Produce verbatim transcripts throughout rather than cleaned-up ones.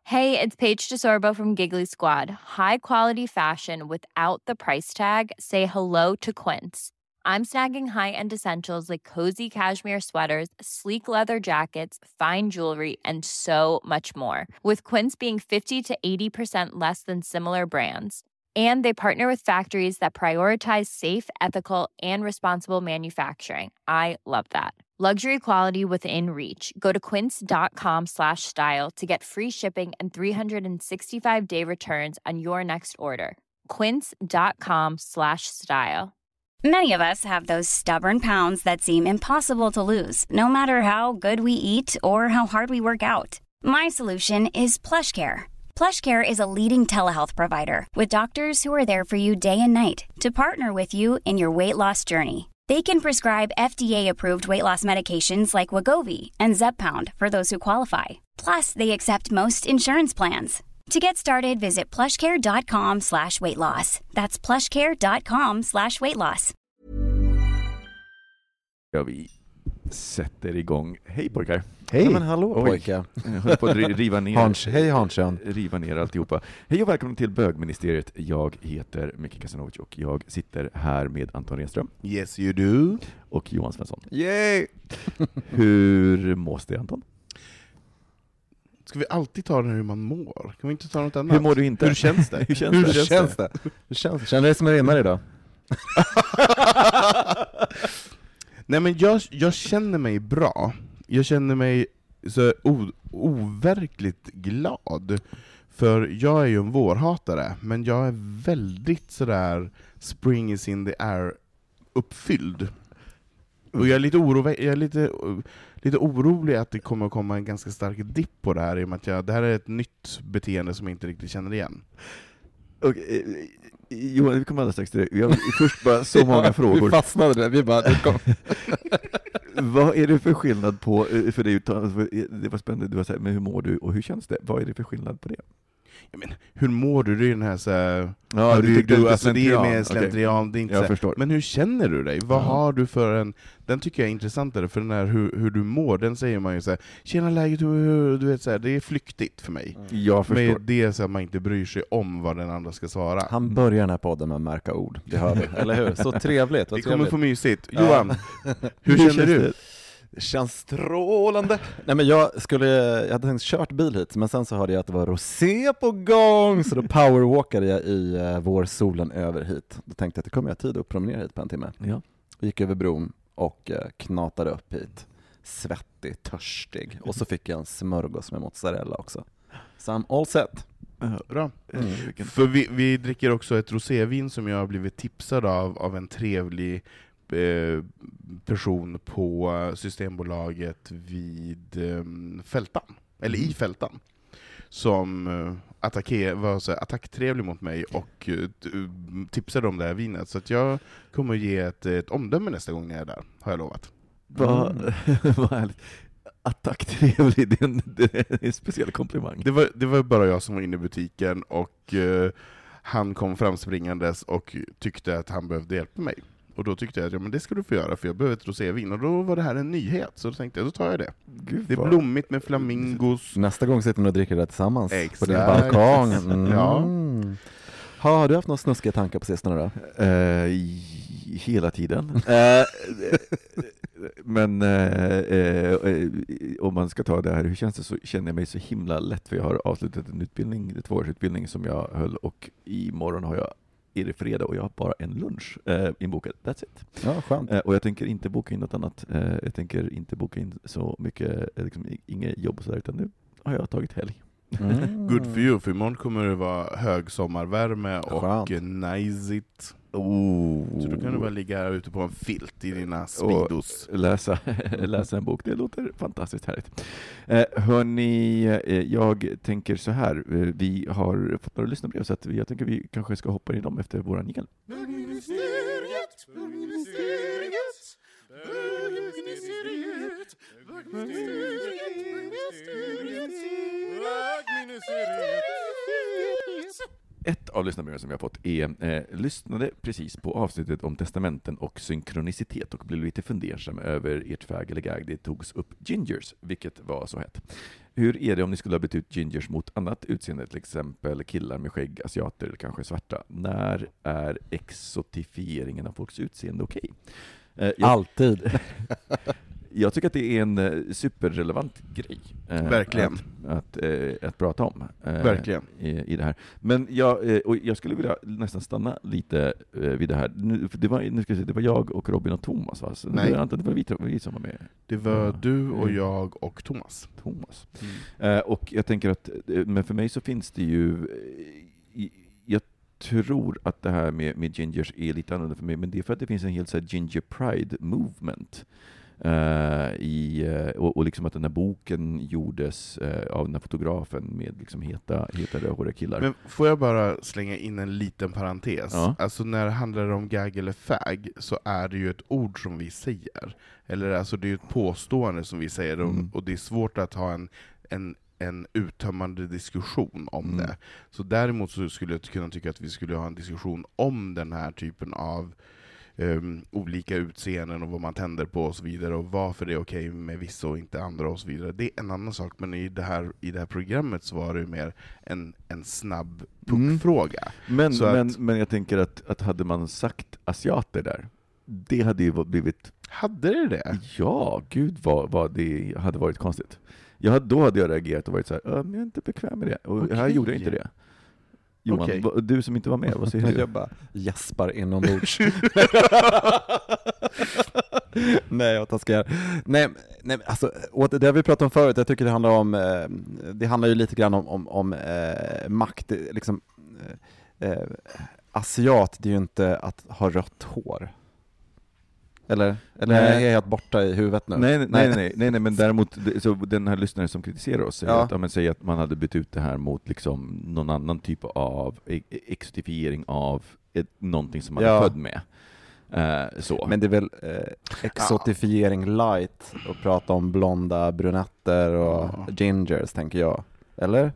Hey, it's Paige DeSorbo from Giggly Squad. High quality fashion without the price tag. Say hello to Quince. I'm snagging high-end essentials like cozy cashmere sweaters, sleek leather jackets, fine jewelry, and so much more. With Quince being fifty to eighty percent less than similar brands. And they partner with factories that prioritize safe, ethical, and responsible manufacturing. I love that. Luxury quality within reach. Go to quince.com slash style to get free shipping and three sixty-five day returns on your next order. Quince.com slash style. Many of us have those stubborn pounds that seem impossible to lose, no matter how good we eat or how hard we work out. My solution is PlushCare. PlushCare is a leading telehealth provider with doctors who are there for you day and night to partner with you in your weight loss journey. They can prescribe F D A-approved weight loss medications like Wegovy and Zepbound for those who qualify. Plus, they accept most insurance plans. To get started, visit plushcare.com slash weight loss. That's plushcare.com slash weight loss. Ja, vi sätter igång. Hej pojkar. Hej. Ja, men hallå pojkar. Jag höll på att riva ner. Hans, hej Hansson. Riva ner alltihopa. Hej och välkommen till Bögministeriet. Jag heter Micke Kasanovic och jag sitter här med Anton Renström. Yes you do. Och Johan Svensson. Yay! Hur mås det, Anton? Ska vi alltid ta det hur man mår? Kan vi inte ta något annat? Hur mår du inte? Hur känns det? Hur känns Hur det? känns det? Hur känns det? Känner du dig som en rimmare idag? Nej men jag, jag känner mig bra. Jag känner mig så o, overkligt glad. För jag är ju en vårhatare, men jag är väldigt sådär spring is in the air uppfylld. Och jag är lite orolig, jag är lite, lite orolig att det kommer att komma en ganska stark dipp på det här, i och med att jag, det här är ett nytt beteende som jag inte riktigt känner igen. Okej, Johan, vi kommer alldeles strax till det. Vi har först bara så många frågor. Vi fastnade där, vi bara... Det kom. Vad är det för skillnad på, för det, det var spännande, du var så här, men hur mår du och hur känns det? Vad är det för skillnad på det? Ja, men, hur mår du? Det är den här så här, ja, du, du, du, du, alltså, det är slentrian. med slentrian, det är inte Jag så här, förstår. men hur känner du dig? Vad Ja. har du för en, den tycker jag är intressantare, för den här hur, hur du mår, den säger man ju så här, tjena läget, hur, du vet så här, det är flyktigt för mig. Jag förstår. Men det är så att man inte bryr sig om vad den andra ska svara. Han börjar den här podden med att märka ord, det hör vi, eller hur? Så trevligt, vad Det kommer trevligt. få mysigt. Ja. Johan, hur känner du? det? Det känns strålande. Nej men jag skulle, jag hade tänkt kört bil hit, men sen så hörde jag att det var rosé på gång, så då powerwalkade jag i uh, vår solen över hit. Då tänkte jag att det kommer jag tid att promenera hit på en timme. Ja. Gick över bron och uh, knatade upp hit. Svettig, törstig. Och så fick jag en smörgås med mozzarella också. Så I'm all set. Bra. Mm. Vilken... För vi, vi dricker också ett rosévin som jag har blivit tipsad av, av en trevlig person på Systembolaget vid um, Fältan, eller i Fältan, som uh, attacke, var så attacktrevlig mot mig och uh, tipsade om det här vinet, så att jag kommer att ge ett, ett omdöme nästa gång jag är där, har jag lovat. Vad mm. vad härligt. Attacktrevlig, det är en, det är en speciell komplimang. Det var, det var bara jag som var inne i butiken och uh, han kom framspringandes och tyckte att han behövde hjälpa mig. Och då tyckte jag att ja, men det ska du få göra, för jag behöver ett rosévin. Och då var det här en nyhet, så då tänkte jag, då tar jag det. Gud, det är vad... blommigt med flamingos. Nästa gång sitter man och dricker det tillsammans. Exakt. På din balkong. Mm. Ja. Har du haft några snuskiga tankar på sistone då? Uh, hela tiden. uh, men uh, uh, om man ska ta det här, hur känns det, så känner jag mig så himla lätt, för jag har avslutat en utbildning, en tvåårsutbildning som jag höll, och imorgon har jag är det fredag och jag har bara en lunch eh, inbokad. That's it. Ja, skönt. Eh, och jag tänker inte boka in något annat. Eh, jag tänker inte boka in så mycket, eh, liksom, inget jobb och sådär, utan nu har jag tagit helg. Mm. Good for you, för imorgon kommer det vara hög sommarvärme och Skönt. najsigt. Oh. Så då kan du bara ligga här ute på en filt i dina speedos. Och läsa, läsa en bok. Det låter fantastiskt härligt. Eh, hörni, eh, jag tänker så här. Eh, vi har fått några lyssnarbrev, så att jag tänker vi kanske ska hoppa i dem efter våran jingel. Bögministeriet, bögministeriet, bögministeriet, bögministeriet, bögministeriet, bögministeriet. ett av lyssnarbreven som vi har fått är eh, lyssnade precis på avsnittet om testamenten och synkronicitet och blev lite fundersam över ert fag eller gag. Det togs upp gingers, vilket var så hett. Hur är det om ni skulle ha bytt ut gingers mot annat utseende, till exempel killar med skägg, asiater eller kanske svarta? När är exotifieringen av folks utseende okej? Okay? Eh, jag... Alltid. Jag tycker att det är en eh, superrelevant grej eh, Verkligen. att, att, eh, att prata om eh, Verkligen. I, i det här. Men jag, eh, och jag skulle vilja nästan stanna lite eh, vid det här. Nu, för det, var, nu ska jag säga, det var jag och Robin och Thomas, va? Så Nej. Det var, det var vi, vi som var med. Det var Ja. du och jag och Thomas. Thomas. Mm. Eh, och jag tänker att, eh, men för mig så finns det ju, eh, i, jag tror att det här med, med gingers är lite annorlunda för mig, men det är för att det finns en hel så här ginger pride movement. Uh, i, uh, och, och liksom att den här boken gjordes uh, av den här fotografen med liksom heta, heta rödhåriga killar. Men får jag bara slänga in en liten parentes? Ja. Alltså när det handlar om gag eller fag så är det ju ett ord som vi säger. Eller alltså det är ju ett påstående som vi säger, Mm. och det är svårt att ha en, en, en uttömmande diskussion om Mm. det. Så däremot så skulle jag kunna tycka att vi skulle ha en diskussion om den här typen av Um, olika utseenden och vad man tänder på och så vidare, och varför det är okej med vissa och inte andra och så vidare. Det är en annan sak, men i det här, i det här programmet så var det mer en, en snabb puckfråga. Men, Så men, att- men jag tänker att, att hade man sagt asiater där, det hade ju blivit, Hade det det? ja, gud vad, vad det hade varit konstigt. Jag hade, då hade jag reagerat och varit så här, "Äh, men jag är inte bekväm med det." Och här Okej. gjorde jag inte det. Johan, Okej. vad- du som inte var med, vad säger du? Jag bara gäspar inombords. Nej, jag taskar. Nej, nej, alltså, och det har vi pratat om förut. Jag tycker det handlar om, eh, det handlar ju lite grann om, om, om eh, makt. Liksom, eh, eh, asiat, det är ju inte att ha rött hår. Eller, eller Nej. är jag helt borta i huvudet nu? Nej, nej, nej, nej, nej, nej, men däremot, det- så den här lyssnaren som kritiserar oss säger, Ja. att, ja, men säger att man hade bytt ut det här mot liksom någon annan typ av e- exotifiering av ett, någonting som man Ja. är född med. Eh, så. Men det är väl eh, exotifiering light och prata om blonda brunetter och Ja. gingers, tänker jag. Eller?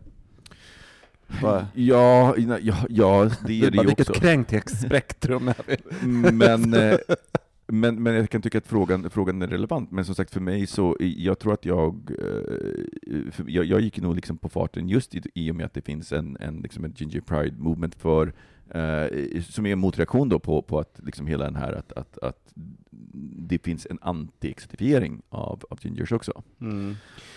Va? ja, ja, ja, det är det ju Vilket också. kränkthetsspektrum är vi? Men, eh, men, men jag kan tycka att frågan, frågan är relevant. Men som sagt, för mig så, jag tror att jag, eh, för jag, jag gick nog liksom på farten just i, i och med att det finns en, en, liksom en Ginger Pride movement för, eh, som är en motreaktion då på, på att liksom hela den här att, att, att det finns en anti-exotifiering av, av gingers också. Mm.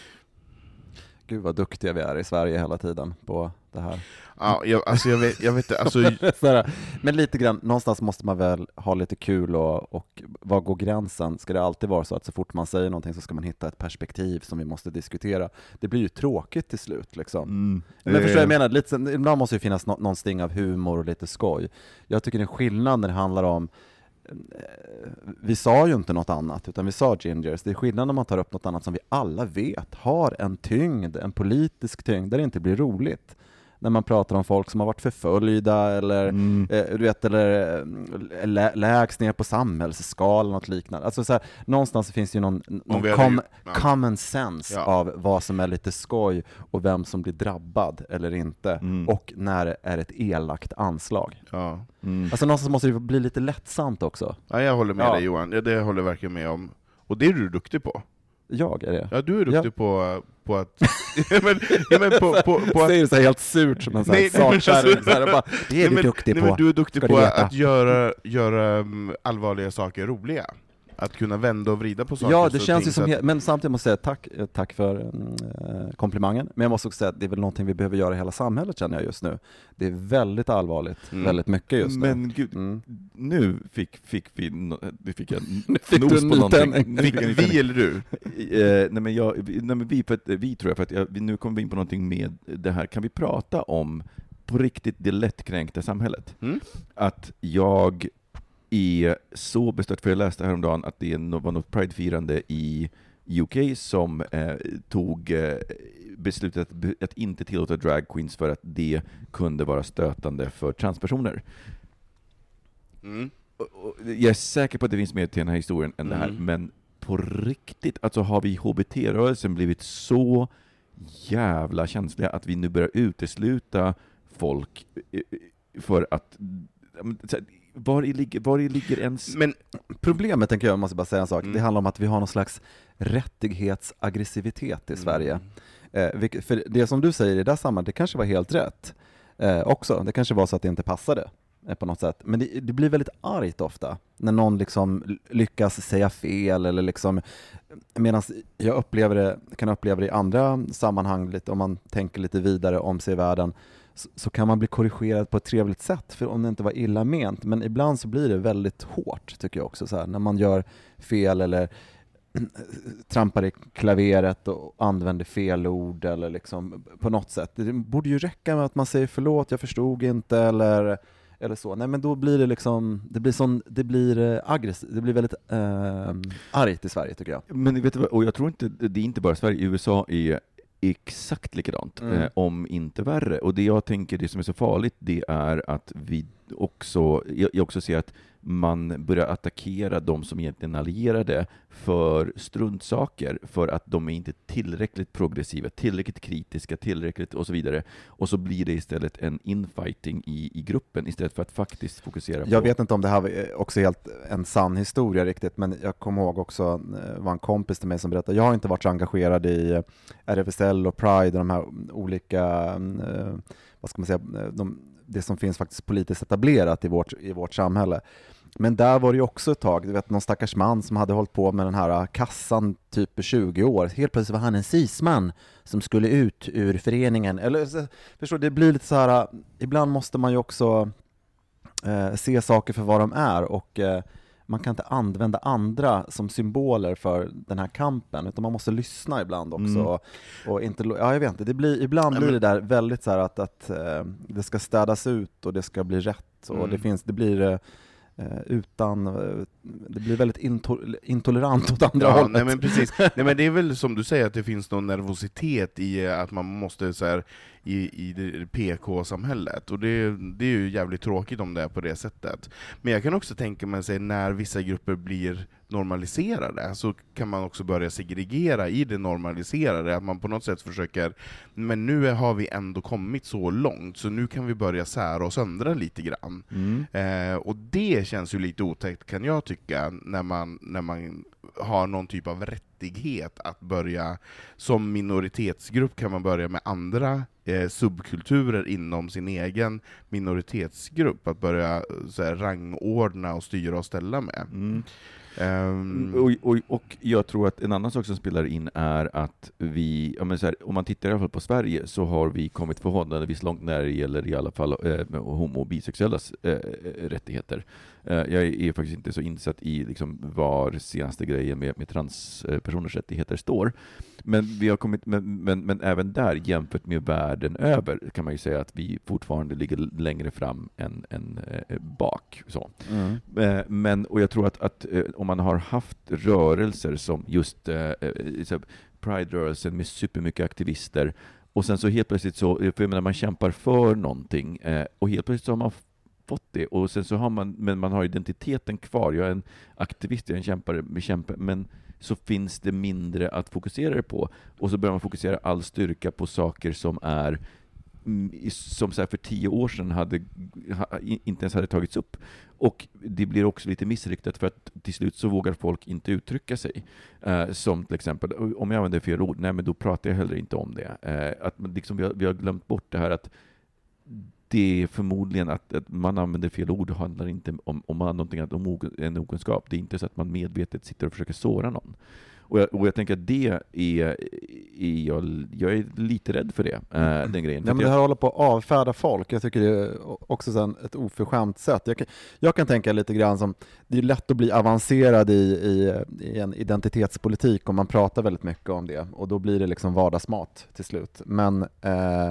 Gud vad duktiga vi är i Sverige hela tiden på det här. Ja, jag, alltså jag vet, jag vet inte, alltså, Så här, men lite grann, någonstans måste man väl ha lite kul och, och var går gränsen? Ska det alltid vara så att så fort man säger någonting så ska man hitta ett perspektiv som vi måste diskutera? Det blir ju tråkigt till slut liksom. Mm. Men förstår jag, jag menar, lite, sen- ibland måste det finnas nå- någon sting av humor och lite skoj. Jag tycker det är skillnad när det handlar om eh, vi sa ju inte något annat utan vi sa gingers. Det är skillnad när man tar upp något annat som vi alla vet har en tyngd, en politisk tyngd där det inte blir roligt. När man pratar om folk som har varit förföljda eller, Mm. eh, du vet, eller eh, lä- lägst ner på samhällsskalan och något liknande. Alltså så här, någonstans finns det ju någon, någon vi hade com- ju- ja. common sense Ja. av vad som är lite skoj och vem som blir drabbad eller inte. Mm. Och när det är ett elakt anslag. ja. Mm. Alltså någonstans måste det bli lite lättsamt också. Ja, jag håller med Ja. dig Johan, ja, det håller jag verkligen med om. Och det är du duktig på. Jag är det. Ja, du är duktig Ja. på, på att... ja, men, ja, men på, på, på att... Säger det så här helt surt som en sån här Nej, nej, men sakkärring. alltså- Så här, och bara, det är Nej, du men- duktig nej, på. Men du är duktig Ska på du veta. att göra, göra um, allvarliga saker roliga. Att kunna vända och vrida på saker. Ja, det så känns ting ju som, så he- att, men samtidigt måste jag säga tack, eh, tack för eh, komplimangen. Men jag måste också säga att det är väl någonting vi behöver göra i hela samhället, känner jag just nu. Det är väldigt allvarligt, Mm. väldigt mycket just nu. Men gud, Mm. nu fick, fick vi, no, det fick jag fick du nos en på någonting. nytändning. Nu fick jag en vi nytändning. eller du? Eh, nej men, jag, vi- nej men vi, för att, vi tror jag, för att jag, vi, nu kommer vi in på någonting med det här. Kan vi prata om på riktigt det lättkränkta samhället? Mm? Att jag är så bestört, för jag läste häromdagen att det var något Pride-firande i U K som eh, tog eh, beslutet att, att inte tillåta drag queens för att det kunde vara stötande för transpersoner. Mm. Och- och jag är säker på att det finns mer till den här historien än det här, Mm. men på riktigt, alltså har vi H B T-rörelsen blivit så jävla känsliga att vi nu börjar utesluta folk för att var i ligger, var i ligger ens... Men problemet, tänker jag, måste bara säga en sak, Mm. det handlar om att vi har någon slags rättighetsaggressivitet i Mm. Sverige. Eh, vilket, för det som du säger i det sammanhanget, det kanske var helt rätt eh, också. Det kanske var så att det inte passade eh, på något sätt. Men det, det blir väldigt argt ofta när någon liksom lyckas säga fel eller liksom, medan jag upplever det, kan uppleva det i andra sammanhang lite, om man tänker lite vidare om sig i världen, så, så kan man bli korrigerad på ett trevligt sätt för om det inte var illa ment. Men ibland så blir det väldigt hårt, tycker jag också, så här, när man gör fel eller trampar i klaveret och använder fel ord eller liksom på något sätt. Det borde ju räcka med att man säger förlåt, jag förstod inte eller, eller så. Nej, men då blir det liksom, det blir sån, det blir aggressivt, det blir väldigt eh, argt i Sverige, tycker jag. Men vet du vad, och jag tror inte, det är inte bara Sverige, U S A är exakt likadant, Mm. eh, om inte värre. Och det jag tänker, det som är så farligt, det är att vi också, jag, jag också ser att man börjar attackera de som egentligen är allierade för struntsaker, för att de är inte tillräckligt progressiva, tillräckligt kritiska, tillräckligt och så vidare. Och så blir det istället en infighting i, i gruppen istället för att faktiskt fokusera på... Jag vet inte om det här var också helt en sann historia riktigt, men jag kommer ihåg också, var en kompis till mig som berättade, jag har inte varit så engagerad i R F S L och Pride och de här olika, vad ska man säga, de, det som finns faktiskt politiskt etablerat i vårt, i vårt samhälle. Men där var det ju också ett tag, du vet, någon stackars man som hade hållit på med den här kassan typ tjugo år. Helt plötsligt var han en cisman som skulle ut ur föreningen. Eller, förstår, det blir lite så här, ibland måste man ju också eh, se saker för vad de är, och eh, man kan inte använda andra som symboler för den här kampen, utan man måste lyssna ibland också. Mm. Och, och inte, ja, jag vet inte, det blir, ibland blir det där väldigt så här att, att eh, det ska städas ut och det ska bli rätt. Och Mm. det finns, det blir... Eh, utan det blir väldigt into- intolerant åt andra Ja, hållet. nej men precis. Nej men det är väl som du säger, att det finns någon nervositet i att man måste så här, i, i det P K-samhället, och det, det är ju jävligt tråkigt om det är på det sättet. Men jag kan också tänka mig sig, när vissa grupper blir normaliserade, så kan man också börja segregera i det normaliserade, att man på något sätt försöker, men nu har vi ändå kommit så långt, så nu kan vi börja sära och söndra lite grann. Mm. Eh, och det känns ju lite otäckt, kan jag tycka, när man, när man har någon typ av rättighet att börja, som minoritetsgrupp kan man börja med andra eh, subkulturer inom sin egen minoritetsgrupp, att börja så här, rangordna och styra och ställa med. Mm. Um, Och, och, och jag tror att en annan sak som spelar in är att vi, ja men så här, om man tittar i alla fall på Sverige, så har vi kommit förhållandevis långt när det gäller i alla fall eh, homo- och bisexuellas eh, rättigheter. Eh, jag är faktiskt inte så insatt i liksom, var senaste grejen med, med transpersoners rättigheter står. Men, vi har kommit, men, men, men även där, jämfört med världen över, kan man ju säga att vi fortfarande ligger längre fram än, än eh, bak. Så. Mm. Eh, men, och jag tror att, att eh, om man har haft rörelser som just eh, eh, Pride-rörelsen med supermycket aktivister, och sen så helt plötsligt så, för jag menar, man kämpar för någonting eh, och helt plötsligt så har man fått det, och sen så har man, men man har identiteten kvar. Jag är en aktivist, jag är en kämpare, kämpare, men så finns det mindre att fokusera på, och så börjar man fokusera all styrka på saker som är som så här för tio år sedan hade, inte ens hade tagits upp. Och det blir också lite missriktat, för att till slut så vågar folk inte uttrycka sig. Uh, som till exempel, om jag använder fel ord, nej men då pratar jag heller inte om det. Uh, att man, liksom, vi, har, vi har glömt bort det här att det är förmodligen att, att man använder fel ord handlar inte om, om man någonting annat, om en okunskap. Det är inte så att man medvetet sitter och försöker såra någon. Och jag, och jag tänker att det är, är jag, jag är lite rädd för det, äh, den grejen. Ja, men det här håller på att avfärda folk. Jag tycker det är också sen ett oförskämt sätt. Jag kan, jag kan tänka lite grann som, det är lätt att bli avancerad i, i, i en identitetspolitik om man pratar väldigt mycket om det. Och då blir det liksom vardagsmat till slut. Men eh,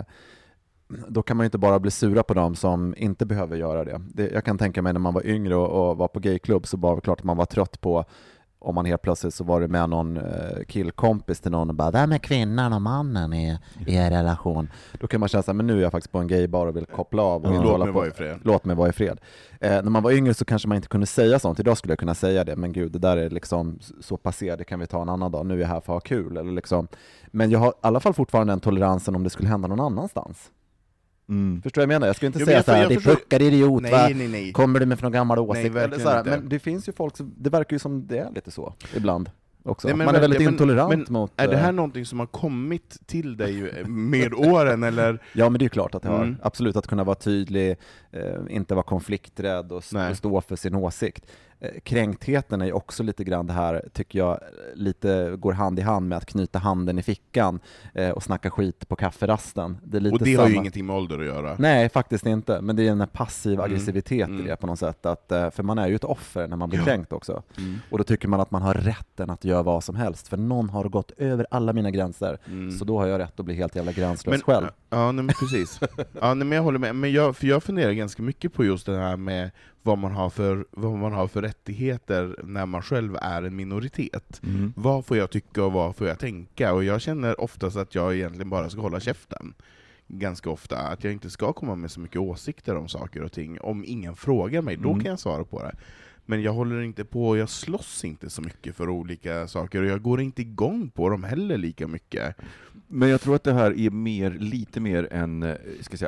då kan man ju inte bara bli sura på dem som inte behöver göra det. det jag kan tänka mig när man var yngre och, och var på gayklubb, så var det klart att man var trött på om man helt plötsligt så var det med någon eh, killkompis till någon och bara, där med kvinnan och mannen i, i er relation. Då kan man känna så här, men nu är jag faktiskt på en gaybar och vill koppla av. Och Ja, inte låt hålla mig på, vara i fred. Låt mig vara i fred. Eh, när man var yngre så kanske man inte kunde säga sånt. Idag skulle jag kunna säga det, men gud, det där är liksom så passé, det kan vi ta en annan dag. Nu är jag här för att ha kul. Eller liksom. Men jag har i alla fall fortfarande den toleransen om det skulle hända någon annanstans. Mm. Förstår jag menar? Jag ska inte Jo, säga jag, så här, jag det är förstår... puckad idiot, nej, va? nej, nej. Kommer du med från gammal åsikt? Nej, Eller så här, inte. men det finns ju folk som, det verkar ju som det är lite så, ibland. Också. Nej, men, man är väldigt men, intolerant men, mot... Är det här någonting som har kommit till dig med åren, eller? Ja, men det är klart att det har. Mm. Absolut, att kunna vara tydlig, eh, inte vara konflikträdd och Nej. stå för sin åsikt. Eh, kränktheten är ju också lite grann det här, tycker jag, lite går hand i hand med att knyta handen i fickan eh, och snacka skit på kafferasten. Det är lite Och det samma... har ju ingenting med ålder att göra. Nej, faktiskt inte. Men det är en passiv Mm. aggressivitet Mm. i det på något sätt. Att, eh, för man är ju ett offer när man blir Ja. kränkt också. Mm. Och då tycker man att man har rätten att göra vad som helst. För någon har gått över alla mina gränser. Mm. Så då har jag rätt att bli helt jävla gränslös Men, själv. ja, nej, men precis. Ja, nej, men jag håller med. Men jag, för jag funderar ganska mycket på just det här med vad man har för, vad man har för rättigheter när man själv är en minoritet. Mm. Vad får jag tycka och vad får jag tänka? Och jag känner oftast att jag egentligen bara ska hålla käften. Ganska ofta. Att jag inte ska komma med så mycket åsikter om saker och ting. Om ingen frågar mig, då Mm. kan jag svara på det. Men jag håller inte på, jag slåss inte så mycket för olika saker, och jag går inte igång på dem heller lika mycket. Men jag tror att det här är mer, lite mer en eh, ska jag säga,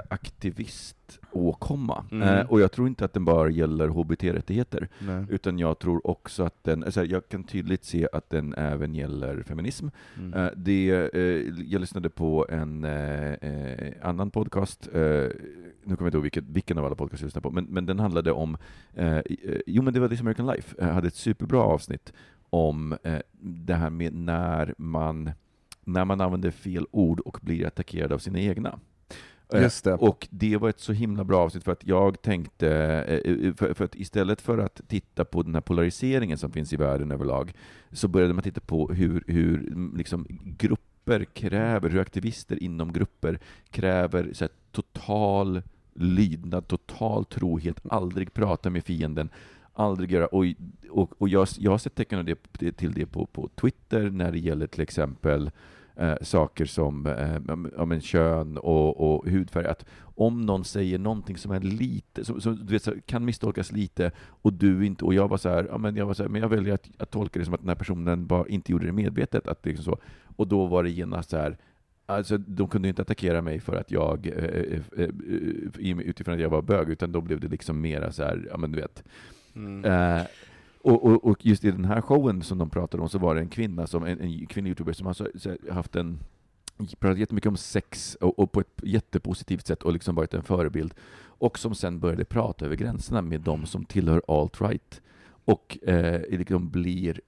aktiviståkomma. Mm. Eh, och jag tror inte att den bara gäller H B T-rättigheter. Nej. Utan jag tror också att den, alltså jag kan tydligt se att den även gäller feminism. Mm. Eh, det, eh, jag lyssnade på en eh, eh, annan podcast, eh, nu kommer jag inte ihåg vilket, vilken av alla podcasts jag lyssnade på, men, men den handlade om, eh, jo men det var This American Life, eh, hade ett superbra avsnitt om eh, det här med när man när man använder fel ord och blir attackerad av sina egna. Just det. Och det var ett så himla bra avsnitt för att jag tänkte, för, för att istället för att titta på den här polariseringen som finns i världen överlag, så började man titta på hur, hur liksom grupper kräver, hur aktivister inom grupper kräver så här, total lydnad, total trohet, aldrig prata med fienden, aldrig göra, och, och, och jag, jag har sett tecken av det, till det på, på Twitter när det gäller till exempel eh, saker som eh, om en kön och, och hudfärg, att om någon säger någonting som är lite, som, som du vet, så kan misstolkas lite, och du inte, och jag var så här, ja, men jag var så här, men jag väljer att, att tolka det som att den här personen bara inte gjorde det medvetet, att det liksom så, och då var det genast så här. Alltså, de kunde inte attackera mig för att jag eh, eh, utifrån att jag var bög, utan då blev det liksom mera så här, ja men du vet. Mm. Eh, och, och, och just i den här showen som de pratade om, så var det en kvinna, som en, en kvinnlig youtuber som har så, så, haft en pratat jättemycket om sex och, och på ett jättepositivt sätt och liksom varit en förebild, och som sen började prata över gränserna med de som tillhör alt-right. Och eh, liksom blir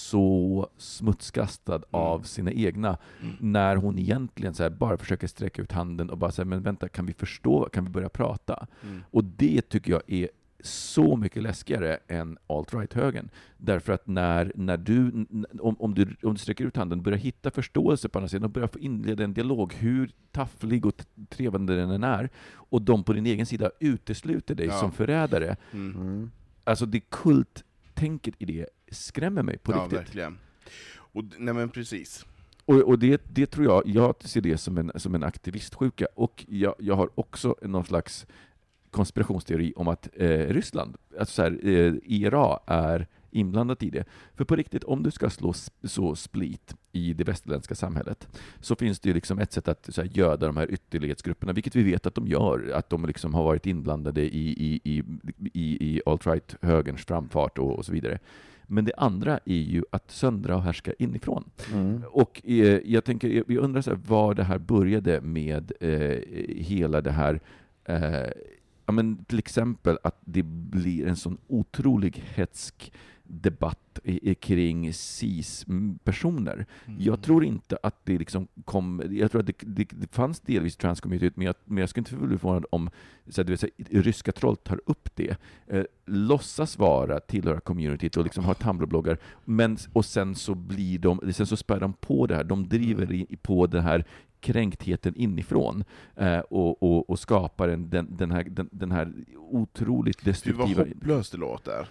så smutskastad mm. av sina egna, mm. när hon egentligen så här bara försöker sträcka ut handen och bara säga, men vänta, kan vi förstå, kan vi börja prata? Mm. Och det tycker jag är så mycket läskigare än alt-right-högen. Därför att när, när du, om, om du, om du sträcker ut handen, börjar hitta förståelse på andra sidan och börjar få inleda en dialog, hur tafflig och trevande den än är, och de på din egen sida utesluter dig ja. som förrädare. Mm. Mm. Alltså det kulttänket i det skrämmer mig på ja, riktigt. Verkligen. Och, nej men precis. Och, och det, det tror jag, jag ser det som en, som en aktivistsjuka, och jag, jag har också någon slags konspirationsteori om att eh, Ryssland, alltså så här, eh, I R A är inblandat i det. För på riktigt, om du ska slå så split i det västerländska samhället, så finns det ju liksom ett sätt att så här, göda de här ytterlighetsgrupperna, vilket vi vet att de gör, att de liksom har varit inblandade i, i, i, i, i alt-right-högerns framfart och, och så vidare. Men det andra är ju att söndra och härska inifrån. Mm. Och eh, jag tänker, jag undrar så här, var det här började med eh, hela det här eh, ja, men till exempel att det blir en sån otrolig hetsk debatt i, i, kring cis-personer. Mm. Jag tror inte att det liksom kom, jag tror att det, det, det fanns delvis transcommunity, men jag, men jag skulle inte bli förvånad om så att, du vet, så här, ryska troll tar upp det, eh, låtsas vara, tillhöra communityt och liksom har Tumblr-bloggar, men och sen så blir de, sen så spär de på det här, de driver i, på det här kränktheten inifrån eh, och, och, och skapar en, den, den, här, den, den här otroligt destruktiva... Det var hopplöst det låter.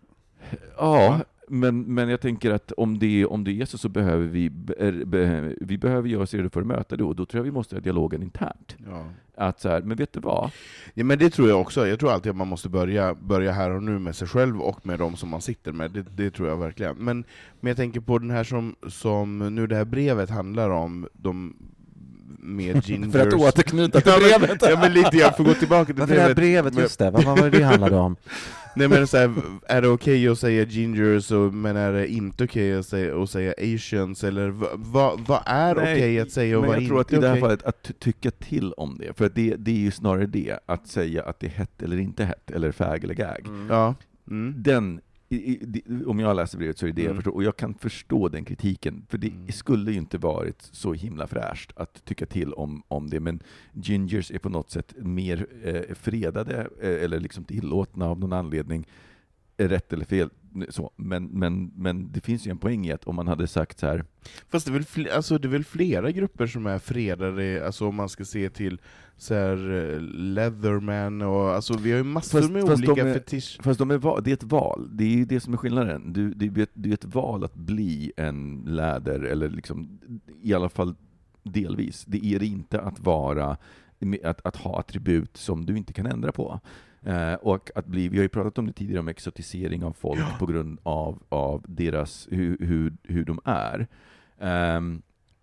Ja, men, men jag tänker att om det, om det är så, så behöver vi be, be, vi behöver göra oss redo för att möta det, och då tror jag vi måste ha dialogen internt. Ja. Att så här, men vet du vad? Ja, men det tror jag också. Jag tror alltid att man måste börja, börja här och nu med sig själv och med de som man sitter med. Det, det tror jag verkligen. Men, men jag tänker på den här som, som nu det här brevet handlar om, de med gingers. För att återknyta till ja, men, brevet. ja, men lite, jag får gå tillbaka till Varför brevet. Det här brevet, just det, vad var det det handlade om? Nej, men så här, är det okej okay att säga gingers, och, men är det inte okej okay att, säga, att säga asians, eller vad va, va är okej okay att säga och vad inte okej? Jag tror att i det här fallet, att tycka till om det, för det, det är ju snarare det, att säga att det är hett eller inte hett, eller fag eller gag. Mm. Ja. Mm. Den, i, i, om jag läser brevet så är det det mm. jag förstår, och jag kan förstå den kritiken, för det mm. skulle ju inte varit så himla fräscht att tycka till om, om det, men gingers är på något sätt mer eh, fredade, eh, eller liksom tillåtna av någon anledning, rätt eller fel, så. Men, men, men det finns ju en poäng i att om man hade sagt så här. Fast det är väl, fl- alltså det är väl flera grupper som är fredade, alltså om man ska se till så här Leatherman, och alltså vi har ju massor fast, med fast olika de är, fetisch. Fast de är, det är ett val, det är ju det som är skillnaden. Du, det, det är ett val att bli en läder, eller liksom, i alla fall delvis. Det är inte att vara, att, att ha attribut som du inte kan ändra på. Uh, och att bli, vi har ju pratat om det tidigare, om exotisering av folk ja. på grund av, av deras, hur, hur, hur de är. Um,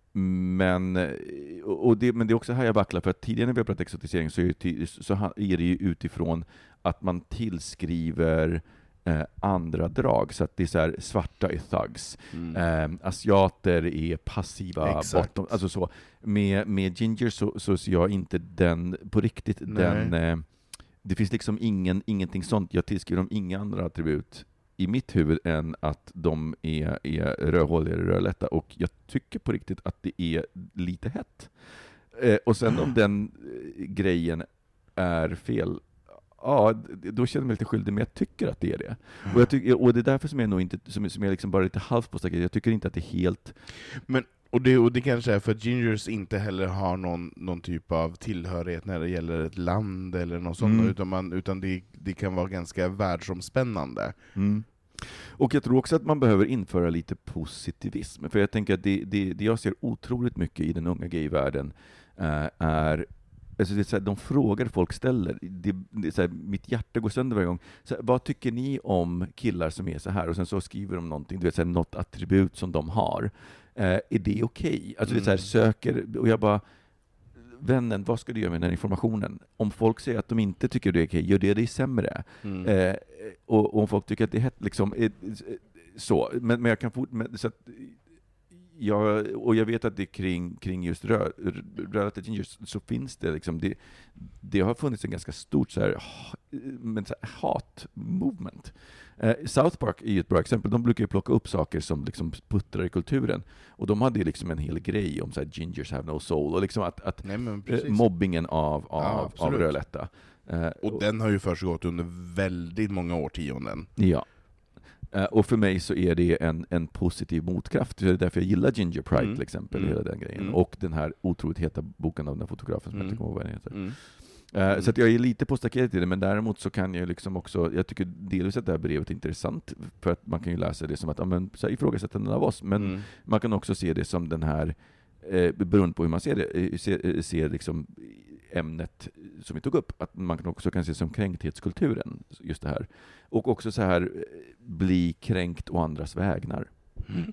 men, och det, men det är också här jag vacklar, för att tidigare när vi har pratat exotisering så är, det, så är det ju utifrån att man tillskriver eh, andra drag, så att det är så här, svarta är thugs, mm. eh, asiater är passiva, bottom, alltså så. Med, med ginger så, så ser jag inte den, på riktigt, Nej. den eh, det finns liksom ingen, ingenting sånt. Jag tillskriver dem inga andra attribut i mitt huvud än att de är, är rödhåliga eller rödlätta. Och jag tycker på riktigt att det är lite hett. Eh, och sen om den eh, grejen är fel, ja, då känner jag mig lite skyldig, men jag tycker att det är det. Och, jag tycker, och det är därför som jag nog inte, som, som jag liksom bara lite halvt på staket. Jag tycker inte att det är helt... Men Och det, och det kanske är för att gingers inte heller har någon, någon typ av tillhörighet när det gäller ett land eller något sånt, mm. utan, man, utan det, det kan vara ganska världsomspännande. Mm. Och jag tror också att man behöver införa lite positivism. För jag tänker att det, det, det jag ser otroligt mycket i den unga gayvärlden äh, är... Alltså det är så här, de frågor folk ställer, det, det är så här, mitt hjärta går sönder varje gång. Så här, vad tycker ni om killar som är så här? Och sen så skriver de någonting, du vet, så här, något attribut som de har. Eh, är det okej? Okay? Alltså mm. det är så här, söker, och jag bara, vännen, vad ska du göra med den här informationen? Om folk säger att de inte tycker det är okej, okay, gör det dig sämre. Mm. Eh, och, och om folk tycker att det är hett, liksom, eh, så. Men, men jag kan fort, men, så att, jag, och jag vet att det kring, kring just rö, röda gingers så finns det liksom, det, det har funnits en ganska stort så här, men så här, hat-movement. Eh, South Park är ett bra exempel. De brukar ju plocka upp saker som liksom puttrar i kulturen. Och de hade liksom en hel grej om så här, gingers have no soul. Och liksom att, att Nej, men eh, mobbingen av, av, ja, av rödlätta. Eh, och, och den har ju försiggått under väldigt många årtionden. Ja. Och för mig så är det en, en positiv motkraft. Så det är därför jag gillar Ginger Pride mm. till exempel, mm. hela den grejen. Mm. Och den här otroligt heta boken av den fotografen som mm. jag inte kommer ihåg vad den heter. Mm. Uh, så att jag är lite på staketet i det, men däremot så kan jag liksom också, jag tycker delvis att det här brevet är intressant, för att man kan ju läsa det som att, ja, men, så här, ifrågasättanden av oss, men mm. man kan också se det som den här, eh, beroende på hur man ser det, ser, ser liksom ämnet som vi tog upp, att man kan också kan se som kränkthetskulturen, just det här. Och också så här, bli kränkt å andras vägnar. Mm.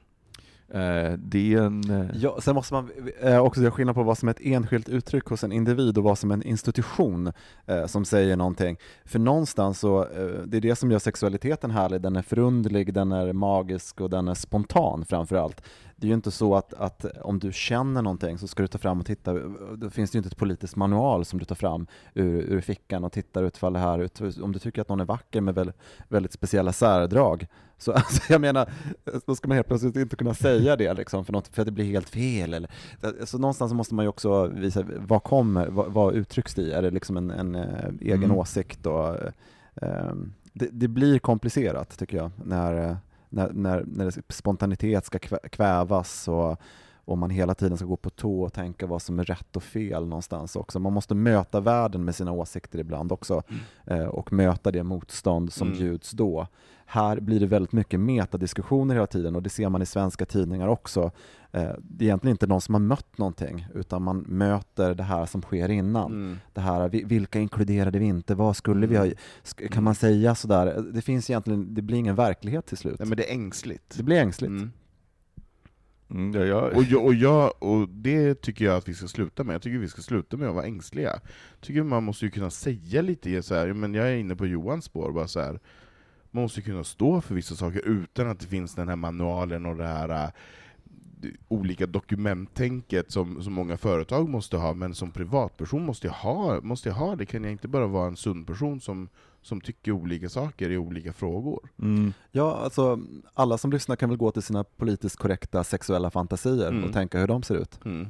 Uh, det är en... Uh... Ja, sen måste man uh, också göra skillnad på vad som är ett enskilt uttryck hos en individ och vad som är en institution uh, som säger någonting. För någonstans så, uh, det är det som gör sexualiteten härlig. Den är förunderlig, den är magisk och den är spontan framförallt. Det är ju inte så att, att om du känner någonting så ska du ta fram och titta. Då finns det ju inte ett politiskt manual som du tar fram ur, ur fickan och tittar utfall det här. Ut, om du tycker att någon är vacker med väldigt, väldigt speciella särdrag. Så alltså, jag menar, då ska man helt plötsligt inte kunna säga det liksom, för, något, för att det blir helt fel. Eller, så någonstans måste man ju också visa vad kommer, vad, vad uttrycks det i? Är det liksom en, en äh, egen mm. åsikt? Och, äh, det, det blir komplicerat tycker jag när... När, när, när spontanitet ska kvävas och, och man hela tiden ska gå på tå och tänka vad som är rätt och fel någonstans också. Man måste möta världen med sina åsikter ibland också mm. eh, och möta det motstånd som mm. bjuds då. Här blir det väldigt mycket metadiskussioner hela tiden och det ser man i svenska tidningar också. Eh, det är egentligen inte någon som har mött någonting utan man möter det här som sker innan. Mm. Det här, vilka inkluderade vi inte? Vad skulle vi ha? Kan man säga sådär? Det finns egentligen, det blir ingen verklighet till slut. Nej, men det är ängsligt. Det blir ängsligt. Mm. Mm, ja, ja. Och, jag, och, jag, och det tycker jag att vi ska sluta med. Jag tycker vi ska sluta med att vara ängsliga. Jag tycker man måste ju kunna säga lite så här, men jag är inne på Johans spår, bara så här. Man måste kunna stå för vissa saker utan att det finns den här manualen och det här uh, olika dokumenttänket som, som många företag måste ha, men som privatperson måste jag ha, måste jag ha det. Kan jag inte bara vara en sund person som, som tycker olika saker i olika frågor? Mm. Ja, alltså alla som lyssnar kan väl gå till sina politiskt korrekta sexuella fantasier mm. och tänka hur de ser ut. Mm.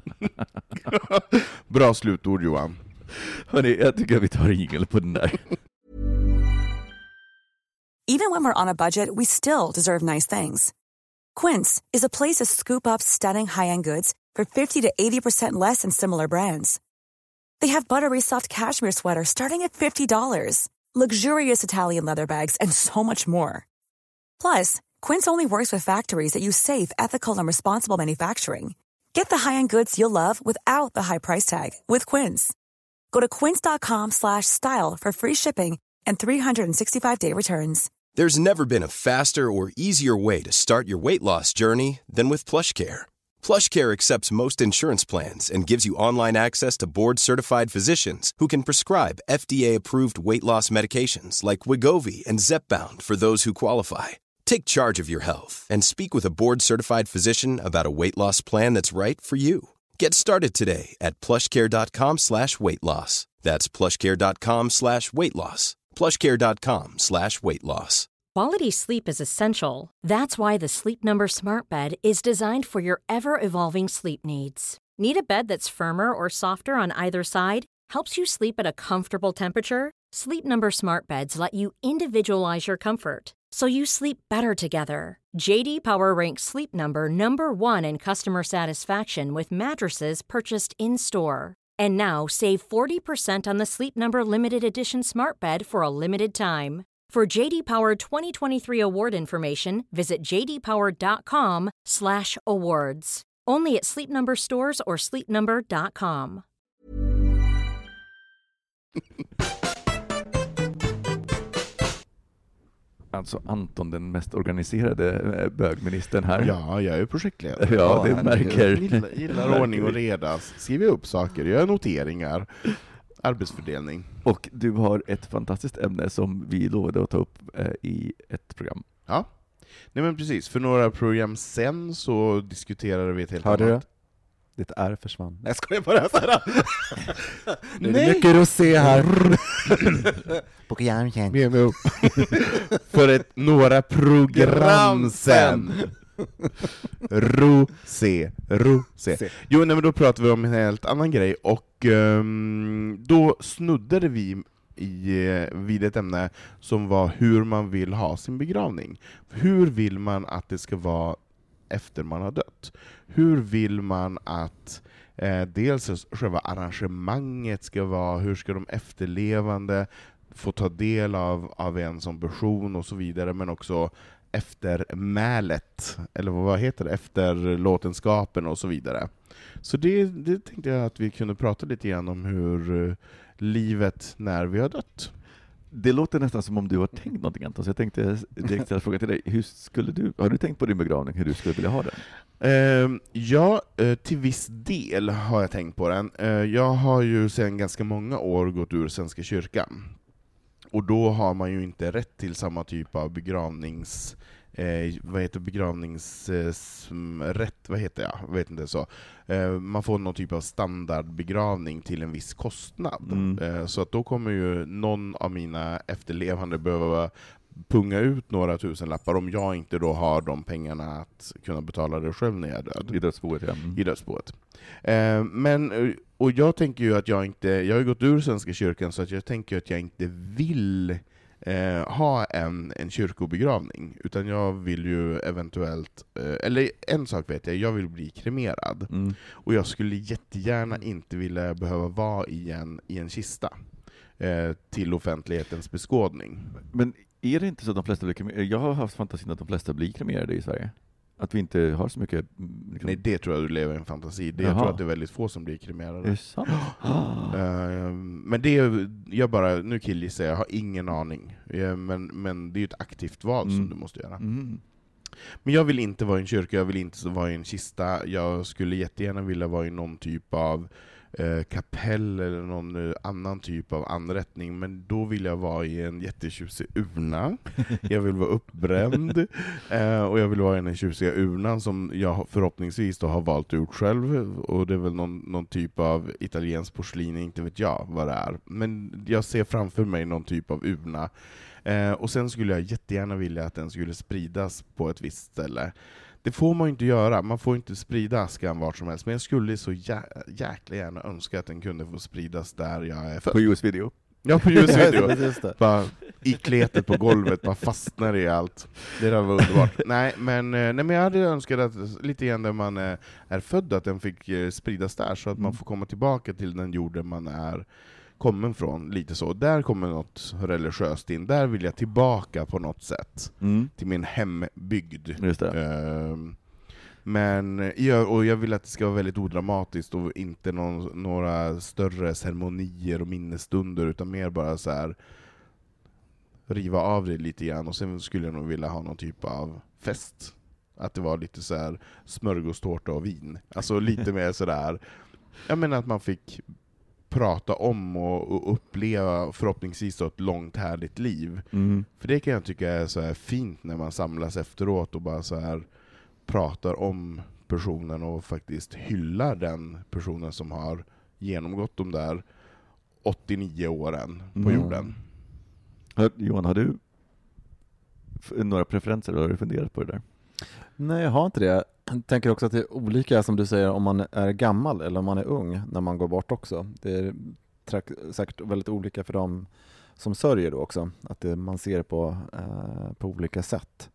Bra slutord, Johan. Hörrni, jag tycker att vi tar jingel på den där. Even when we're on a budget, we still deserve nice things. Quince is a place to scoop up stunning high-end goods for fifty to eighty percent less than similar brands. They have buttery soft cashmere sweaters starting at fifty dollars, luxurious Italian leather bags, and so much more. Plus, Quince only works with factories that use safe, ethical, and responsible manufacturing. Get the high-end goods you'll love without the high price tag with Quince. Go to quince.com slash style for free shipping and three sixty-five day returns. There's never been a faster or easier way to start your weight loss journey than with PlushCare. PlushCare accepts most insurance plans and gives you online access to board-certified physicians who can prescribe F D A-approved weight loss medications like Wegovy and Zepbound for those who qualify. Take charge of your health and speak with a board-certified physician about a weight loss plan that's right for you. Get started today at plushcare.com slash weight loss. That's plushcare.com slash weight loss. plushcare.com slash weight loss. Quality sleep is essential. That's why the Sleep Number Smart Bed is designed for your ever-evolving sleep needs. Need a bed that's firmer or softer on either side? Helps you sleep at a comfortable temperature? Sleep Number Smart Beds let you individualize your comfort, so you sleep better together. J D Power ranks Sleep Number number one in customer satisfaction with mattresses purchased in-store. And now save forty percent on the Sleep Number Limited Edition Smart Bed for a limited time. For J D Power twenty twenty-three award information, visit jdpower.com slash awards. Only at Sleep Number stores or sleep number dot com. Alltså Anton, den mest organiserade bögministern här. Ja, jag är ju projektledare. Ja, det märker. Gillar, gillar ordning och reda. Skriver upp saker, gör noteringar. Arbetsfördelning. Och du har ett fantastiskt ämne som vi lovade att ta upp eh, i ett program. Ja, nej men precis. För några program sen så diskuterade vi ett helt Hörde annat. Du? Det är försvann. Nej, jag skojar bara så här. Det är Nej. mycket rosé här. Med mig upp. För ett, några program sen. Rosé, rosé. Jo, nej, men då pratade vi om en helt annan grej. Och um, då snuddade vi i, vid ett ämne som var hur man vill ha sin begravning. Hur vill man att det ska vara efter man har dött? Hur vill man att eh, dels själva arrangemanget ska vara? Hur ska de efterlevande få ta del av, av en som person och så vidare, men också eftermälet, eller vad heter det, efterlåtenskapen och så vidare. Så det, det tänkte jag att vi kunde prata lite grann om hur livet när vi har dött. Det låter nästan som om du har tänkt någonting, Anton, så jag tänkte direkt ställa fråga till dig. Hur skulle du, har du tänkt på din begravning, hur du skulle vilja ha den? Uh, ja, uh, till viss del har jag tänkt på den. Uh, jag har ju sedan ganska många år gått ur Svenska kyrkan. Och då har man ju inte rätt till samma typ av begravnings... Eh, vad heter begravningsrätt? Eh, vad heter jag? Vet inte så. Eh, man får någon typ av standardbegravning till en viss kostnad. Mm. Eh, så att då kommer ju någon av mina efterlevande behöva punga ut några tusen lappar om jag inte då har de pengarna att kunna betala det själv när jag är död. I dödsboet, ja. Mm. I dödsboet. Eh, men, och jag tänker ju att jag inte, jag har gått ur Svenska kyrkan, så att jag tänker att jag inte vill eh, ha en, en kyrkobegravning, utan jag vill ju eventuellt, eh, eller en sak vet jag, jag vill bli kremerad. Mm. Och jag skulle jättegärna inte vilja behöva vara i en, i en kista eh, till offentlighetens beskådning. Men är det inte så att de flesta blir kremerade? Jag har haft fantasin att de flesta blir kremerade i Sverige. Att vi inte har så mycket... Liksom... Nej, det tror jag du lever i en fantasi. Det, jag tror att det är väldigt få som blir kremerade. Är det sant? uh, men det är, jag bara, nu killgissar jag, har ingen aning. Uh, men, men det är ju ett aktivt val mm. som du måste göra. Mm. Men jag vill inte vara i en kyrka, jag vill inte vara i en kista. Jag skulle jättegärna vilja vara i någon typ av eh, kapell eller någon annan typ av anrättning. Men då vill jag vara i en jättetjusig urna. Jag vill vara uppbränd. eh, och jag vill vara i den tjusiga urnan som jag förhoppningsvis då har valt ut själv. Och det är väl någon, någon typ av italiensk porslin, inte vet jag vad det är. Men jag ser framför mig någon typ av urna. Eh, och sen skulle jag jättegärna vilja att den skulle spridas på ett visst ställe. Det får man ju inte göra, man får inte sprida askan vart som helst. Men jag skulle så jä- jäkla gärna önska att den kunde få spridas där jag är född. På U S-video? Ja, på U S-video. Just det. Bara i kletet på golvet, bara fastnar i allt. Det där var underbart. Nej, men, nej, men jag hade önskat att lite grann där man är, är född, att den fick spridas där. Så att man får komma tillbaka till den jorden man är kommen från, lite så. Där kommer något religiöst in. Där vill jag tillbaka på något sätt. Mm. Till min hembygd. Just det. Uh, men jag, och jag vill att det ska vara väldigt odramatiskt och inte någon, några större ceremonier och minnesstunder, utan mer bara så här riva av det lite grann. Och sen skulle jag nog vilja ha någon typ av fest. Att det var lite så här smörgåstårta och vin. Alltså lite mer sådär. Jag menar att man fick prata om och, och uppleva förhoppningsvis ett långt härligt liv. Mm. För det kan jag tycka är så här fint när man samlas efteråt och bara så här pratar om personen och faktiskt hyllar den personen som har genomgått de där åttionio åren på Mm. jorden. Hör, Johan, har du f- några preferenser? Har du funderat på det där? Nej, jag har inte det. Jag tänker också att det är olika, som du säger, om man är gammal eller om man är ung när man går bort också. Det är tra- säkert väldigt olika för dem som sörjer då också. Att det, man ser på, eh, på olika sätt.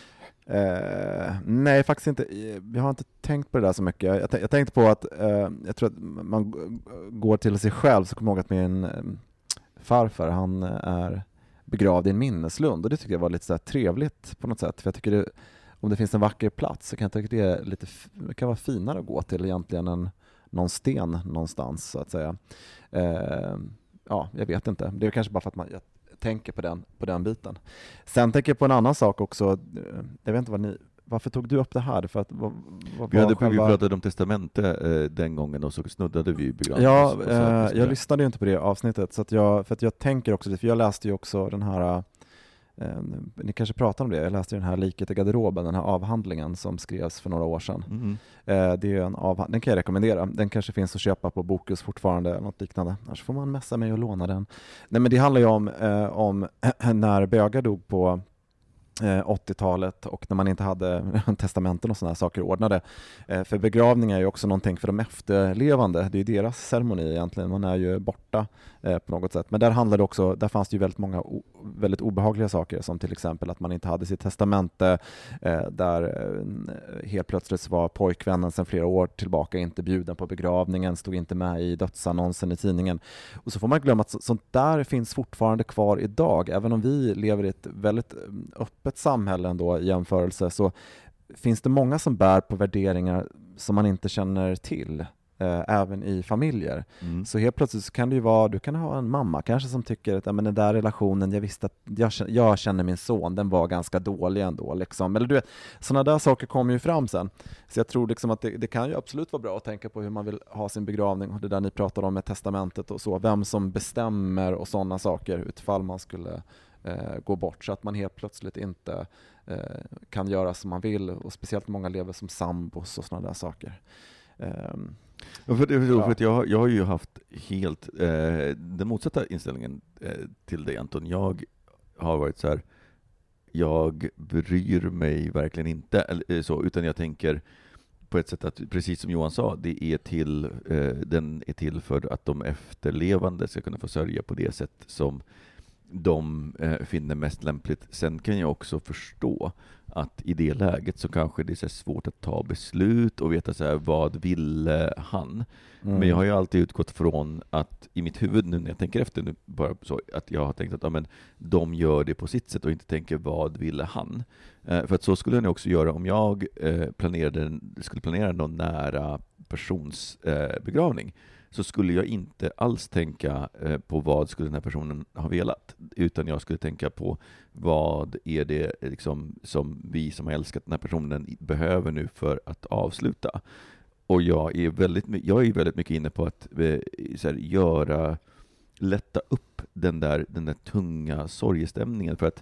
Eh, nej, faktiskt inte. Jag har inte tänkt på det där så mycket. Jag, t- jag tänkte på att eh, jag tror att man g- går till sig själv, så kommer jag ihåg att min eh, farfar, han är begravd i en minneslund, och det tycker jag var lite så här trevligt på något sätt. För jag tycker det, om det finns en vacker plats så kan jag tycka det är lite, det kan vara finare att gå till egentligen än någon sten någonstans, så att säga. Eh, ja, jag vet inte. Det är kanske bara för att man, jag tänker på den, på den biten. Sen tänker jag på en annan sak också. Jag vet inte vad ni, varför tog du upp det här? För att, vad, vad Vi, hade, själva... vi pratade om testamente eh, den gången, och så snuddade vi begravning. Ja, och så, eh, så, jag lyssnade ju inte på det avsnittet, så att jag, för att jag tänker också det, för jag läste ju också den här, eh, ni kanske pratar om det, jag läste den här Liket i garderoben, den här avhandlingen som skrevs för några år sedan. Mm. Eh, det är en avhandling, den kan jag rekommendera. Den kanske finns att köpa på Bokus fortfarande, något liknande. Annars får man messa mig och låna den. Nej, men det handlar ju om, eh, om när bögar dog på åttiotalet, och när man inte hade testamenten och sådana här saker ordnade. För begravning är ju också någonting för de efterlevande. Det är ju deras ceremoni egentligen. Man är ju borta på något sätt. Men där handlade det också, där fanns det ju väldigt många o, väldigt obehagliga saker, som till exempel att man inte hade sitt testamente, där helt plötsligt var pojkvännen sedan flera år tillbaka inte bjuden på begravningen, stod inte med i dödsannonsen i tidningen. Och så får man glömma att sånt där finns fortfarande kvar idag. Även om vi lever i ett väldigt öppet samhälle ändå i jämförelse, så finns det många som bär på värderingar som man inte känner till, eh, även i familjer. Mm. Så helt plötsligt så kan det ju vara, du kan ha en mamma kanske som tycker att ja, men den där relationen, jag visste att jag, jag känner min son, den var ganska dålig ändå. Liksom. Eller du vet, sådana där saker kommer ju fram sen. Så jag tror liksom att det, det kan ju absolut vara bra att tänka på hur man vill ha sin begravning, och det där ni pratar om med testamentet och så, vem som bestämmer och sådana saker utifall man skulle eh, gå bort, så att man helt plötsligt inte eh, kan göra som man vill, och speciellt många lever som sambos och sådana där saker. Um, Ja, för, det, för att jag, jag har ju haft helt eh, den motsatta inställningen eh, till dig, Anton. Jag har varit så här, jag bryr mig verkligen inte, eller, så, utan jag tänker på ett sätt att, precis som Johan sa, det är till, eh, den är till för att de efterlevande ska kunna få sörja på det sätt som de eh, finner mest lämpligt. Sen kan jag också förstå att i det läget så kanske det är så svårt att ta beslut och veta så här, vad ville han. Mm. Men jag har ju alltid utgått från att i mitt huvud nu när jag tänker efter nu, bara så att jag har tänkt att ja, men, de gör det på sitt sätt och inte tänker vad ville han. Eh, för att så skulle jag också göra om jag eh, planerade, skulle planera någon nära persons eh, begravning. så skulle jag inte alls tänka eh, på vad skulle den här personen ha velat, utan jag skulle tänka på vad är det liksom, som vi som har älskat den här personen behöver nu för att avsluta. Och jag är väldigt, jag är väldigt mycket inne på att eh, så här, göra, lätta upp den där, den där tunga sorgestämningen, för att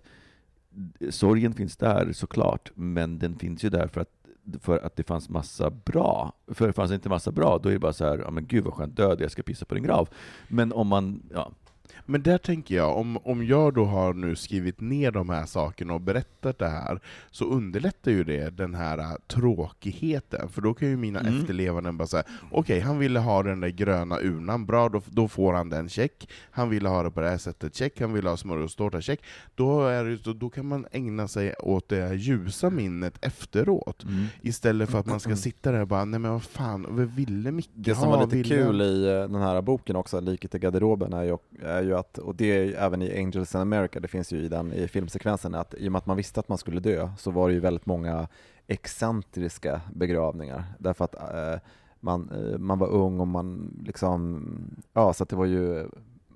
sorgen finns där såklart, men den finns ju där för att för att det fanns massa bra. För det fanns inte massa bra, då är det bara så här, ja men gud vad skönt, död, jag ska pissa på din grav. Men om man, ja. Men där tänker jag, om, om jag då har nu skrivit ner de här sakerna och berättat det här, så underlättar ju det den här uh, tråkigheten. För då kan ju mina mm. efterlevande bara säga, okej, okay, han ville ha den där gröna urnan, bra, då, då får han den check. Han ville ha det på det här sättet, check. Han ville ha smörgåstårta, check. Då, är det, då, då kan man ägna sig åt det här ljusa minnet efteråt. Mm. Istället för att man ska sitta där och bara, nej men vad fan, vad ville Micke ha? Det som var lite ville... kul i den här boken också, Liket i garderoben, är ju, är ju att, och det är även i Angels in America, det finns ju i den i filmsekvensen, att i och med att man visste att man skulle dö, så var det ju väldigt många excentriska begravningar, därför att eh, man, eh, man var ung och man liksom, ja, så att det var ju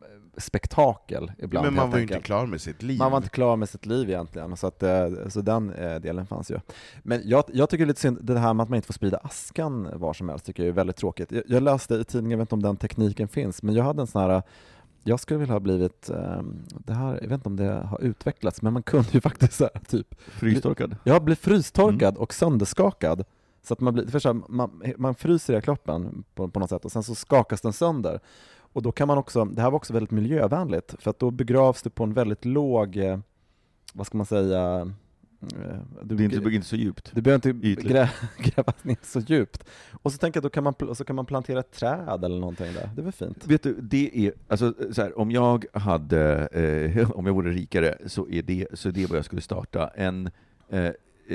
spektakel ibland. Men man var ju enkelt. inte klar med sitt liv. Man var inte klar med sitt liv egentligen, så, att, så den delen fanns ju. Men jag, jag tycker det är lite synd, det här med att man inte får sprida askan var som helst, tycker jag är väldigt tråkigt. Jag, jag läste i tidningen, jag vet inte om den tekniken finns, men jag hade en sån här, jag skulle vilja ha blivit, det här, jag vet inte om det har utvecklats, men man kunde ju faktiskt så här, typ frystorkad. Ja, bli frystorkad mm. och sönderskakad. Så att man blir, för så här, man, man fryser i kroppen på, på något sätt, och sen så skakas den sönder. Och då kan man också, det här var också väldigt miljövänligt, för att då begravs du på en väldigt låg, eh, vad ska man säga, eh, du, det är inte, inte så djupt. Du behöver inte grä, gräva ner så djupt. Och så tänker jag, då kan man, så kan man plantera ett träd eller någonting där. Det var fint. Vet du, det är, alltså så här, om jag hade, eh, om jag vore rikare, så är det, så är det vad jag skulle starta. En eh,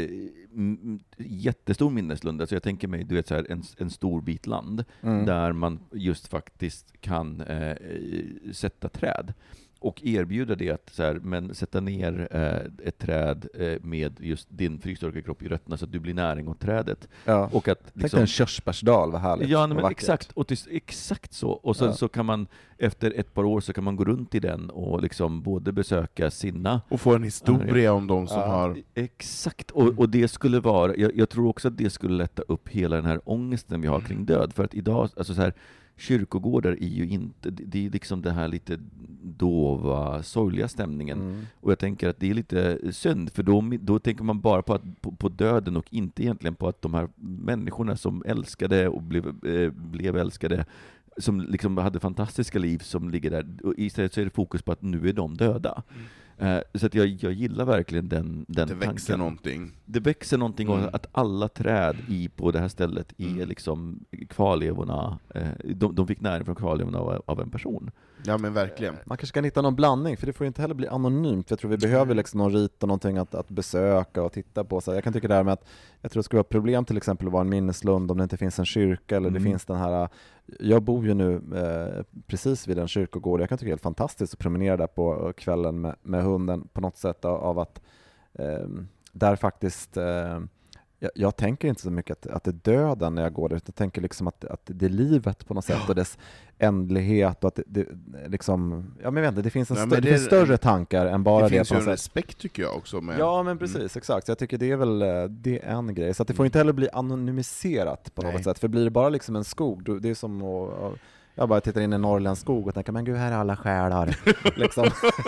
jättestor minneslund, alltså jag tänker mig, du vet, så här, en, en stor bit land mm. där man just faktiskt kan eh, sätta träd och erbjuda det att så här, men sätta ner eh, ett träd eh, med just din frystorkade kropp i rötterna så att du blir näring åt trädet. Ja. Och att liksom, liksom, en körsbärsdal, vad härligt. Ja, men exakt, och tills, exakt så. Och så, ja. så kan man efter ett par år så kan man gå runt i den och liksom både besöka sina... Och få en historia ja. om de som ja. har... Exakt, och, och det skulle vara... Jag, jag tror också att det skulle lätta upp hela den här ångesten vi har kring död. För att idag, alltså så här, kyrkogårdar är ju inte... Det är liksom det här lite dova, sorgliga stämningen. Mm. Och jag tänker att det är lite synd, för då, då tänker man bara på, att, på, på döden och inte egentligen på att de här människorna som älskade och blev, eh, blev älskade, som liksom hade fantastiska liv som ligger där, och istället så är det fokus på att nu är de döda. Mm. Uh, så att jag, jag gillar verkligen den, den det tanken. växer någonting. Det växer någonting mm. och att alla träd i, på det här stället är mm. liksom kvarlevorna, uh, de, de fick näring från kvarlevorna av, av en person. Ja, men verkligen. Man kanske kan hitta någon blandning, för det får ju inte heller bli anonymt. För jag tror vi behöver liksom någon rit och någonting att, att besöka och titta på. Så jag kan tycka det här med att jag tror det skulle vara problem till exempel att vara en minneslund om det inte finns en kyrka eller mm. det finns den här... Jag bor ju nu eh, precis vid en kyrkogård. Jag kan tycka det är helt fantastiskt att promenera där på kvällen med, med hunden på något sätt av, av att eh, där faktiskt... Eh, Jag, jag tänker inte så mycket att, att det är döden när jag går där, utan jag tänker liksom att, att det är livet på något sätt och dess ändlighet och att det, det liksom, ja men jag vet inte, det finns, en ja, stö- det, det finns större tankar än bara det. Det finns det ju en respekt tycker jag också. Med, ja men precis, mm. exakt. Så jag tycker det är väl det är en grej. Så att det får inte heller bli anonymiserat på något Nej. sätt, för blir det bara liksom en skog, då, det är som att... Jag bara tittar in i en norrländsk skog och tänker, men gud, här är alla själar. liksom.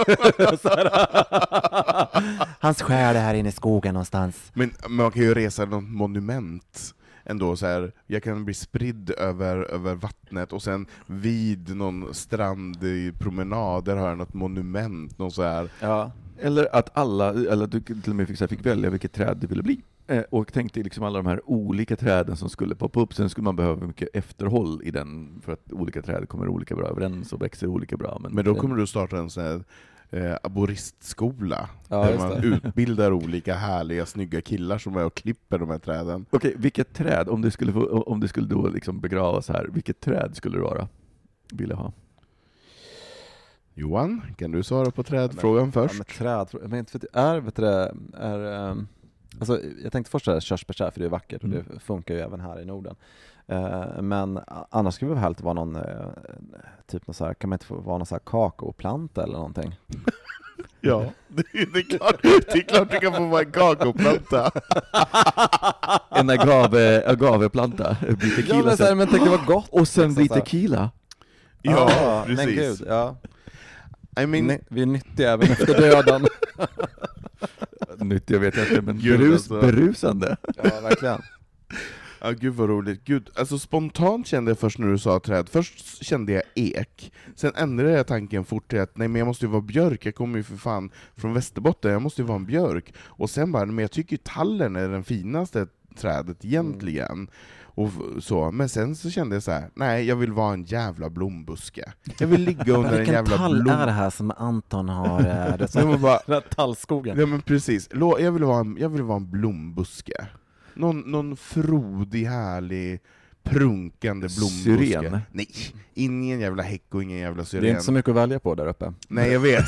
Hans själ är här inne i skogen någonstans. Men man kan ju resa något monument ändå så här. Jag kan bli spridd över, över vattnet och sen vid någon strand i promenader har jag något monument, någon så här. Ja. Eller att alla, eller att du till och med fick, så här, fick välja vilket träd det ville bli. Och tänkte liksom alla de här olika träden som skulle poppa upp. Sen skulle man behöva mycket efterhåll i den, för att olika träd kommer olika bra överens och växer olika bra. Men, men då kommer du starta en sån här eh, aboristskola ja, där man utbildar olika härliga, snygga killar som är och klipper de här träden. Okej, okay, vilket träd, om du skulle, få, om du skulle då liksom begravas här, vilket träd skulle du vara? Vilja ha? Johan, kan du svara på trädfrågan först? Ja, men träd, men inte för är, vet du, är um, Alltså, jag tänkte först säga körsbärsträd för det är vackert och Mm. det funkar ju även här i Norden. Uh, men annars skulle det väl härligt vara någon uh, typ någon så här, kan man inte få vara någon så här kakaoplanta eller någonting? Ja, det är, det, är klart, det är klart du kan få vara en kakaoplanta. En agave, agaveplanta, bli tequila Ja, men, så här, men tänk det var gott. och sen liksom, bli så här. tequila. Ja, Ah, precis. Men gud, ja. I mean, Ni, vi är nyttiga även efter döden. Nytt, jag vet inte, men Gud, berus, alltså. berusande. Ja, verkligen. ja, gud vad roligt. Gud, alltså spontant kände jag först när du sa träd, först kände jag ek, sen ändrade jag tanken fort till att nej men jag måste ju vara björk, jag kommer ju för fan från Västerbotten, jag måste ju vara en björk. Och sen bara, men jag tycker ju tallen är den finaste trädet egentligen. Mm. Och så, men sen så kände jag så här: nej, jag vill vara en jävla blombuske. Jag vill ligga under en Vilken jävla tall blom... är det här som Anton har? eh, Det Nej, men bara, den här tallskogen. ja men precis, Lå- jag vill vara en, jag vill vara en blombuske. Någon, någon frodig, härlig, prunkande blombuske. Syren? Nej, ingen jävla häck och ingen jävla syren. Det är inte så mycket att välja på där uppe. Nej, jag vet.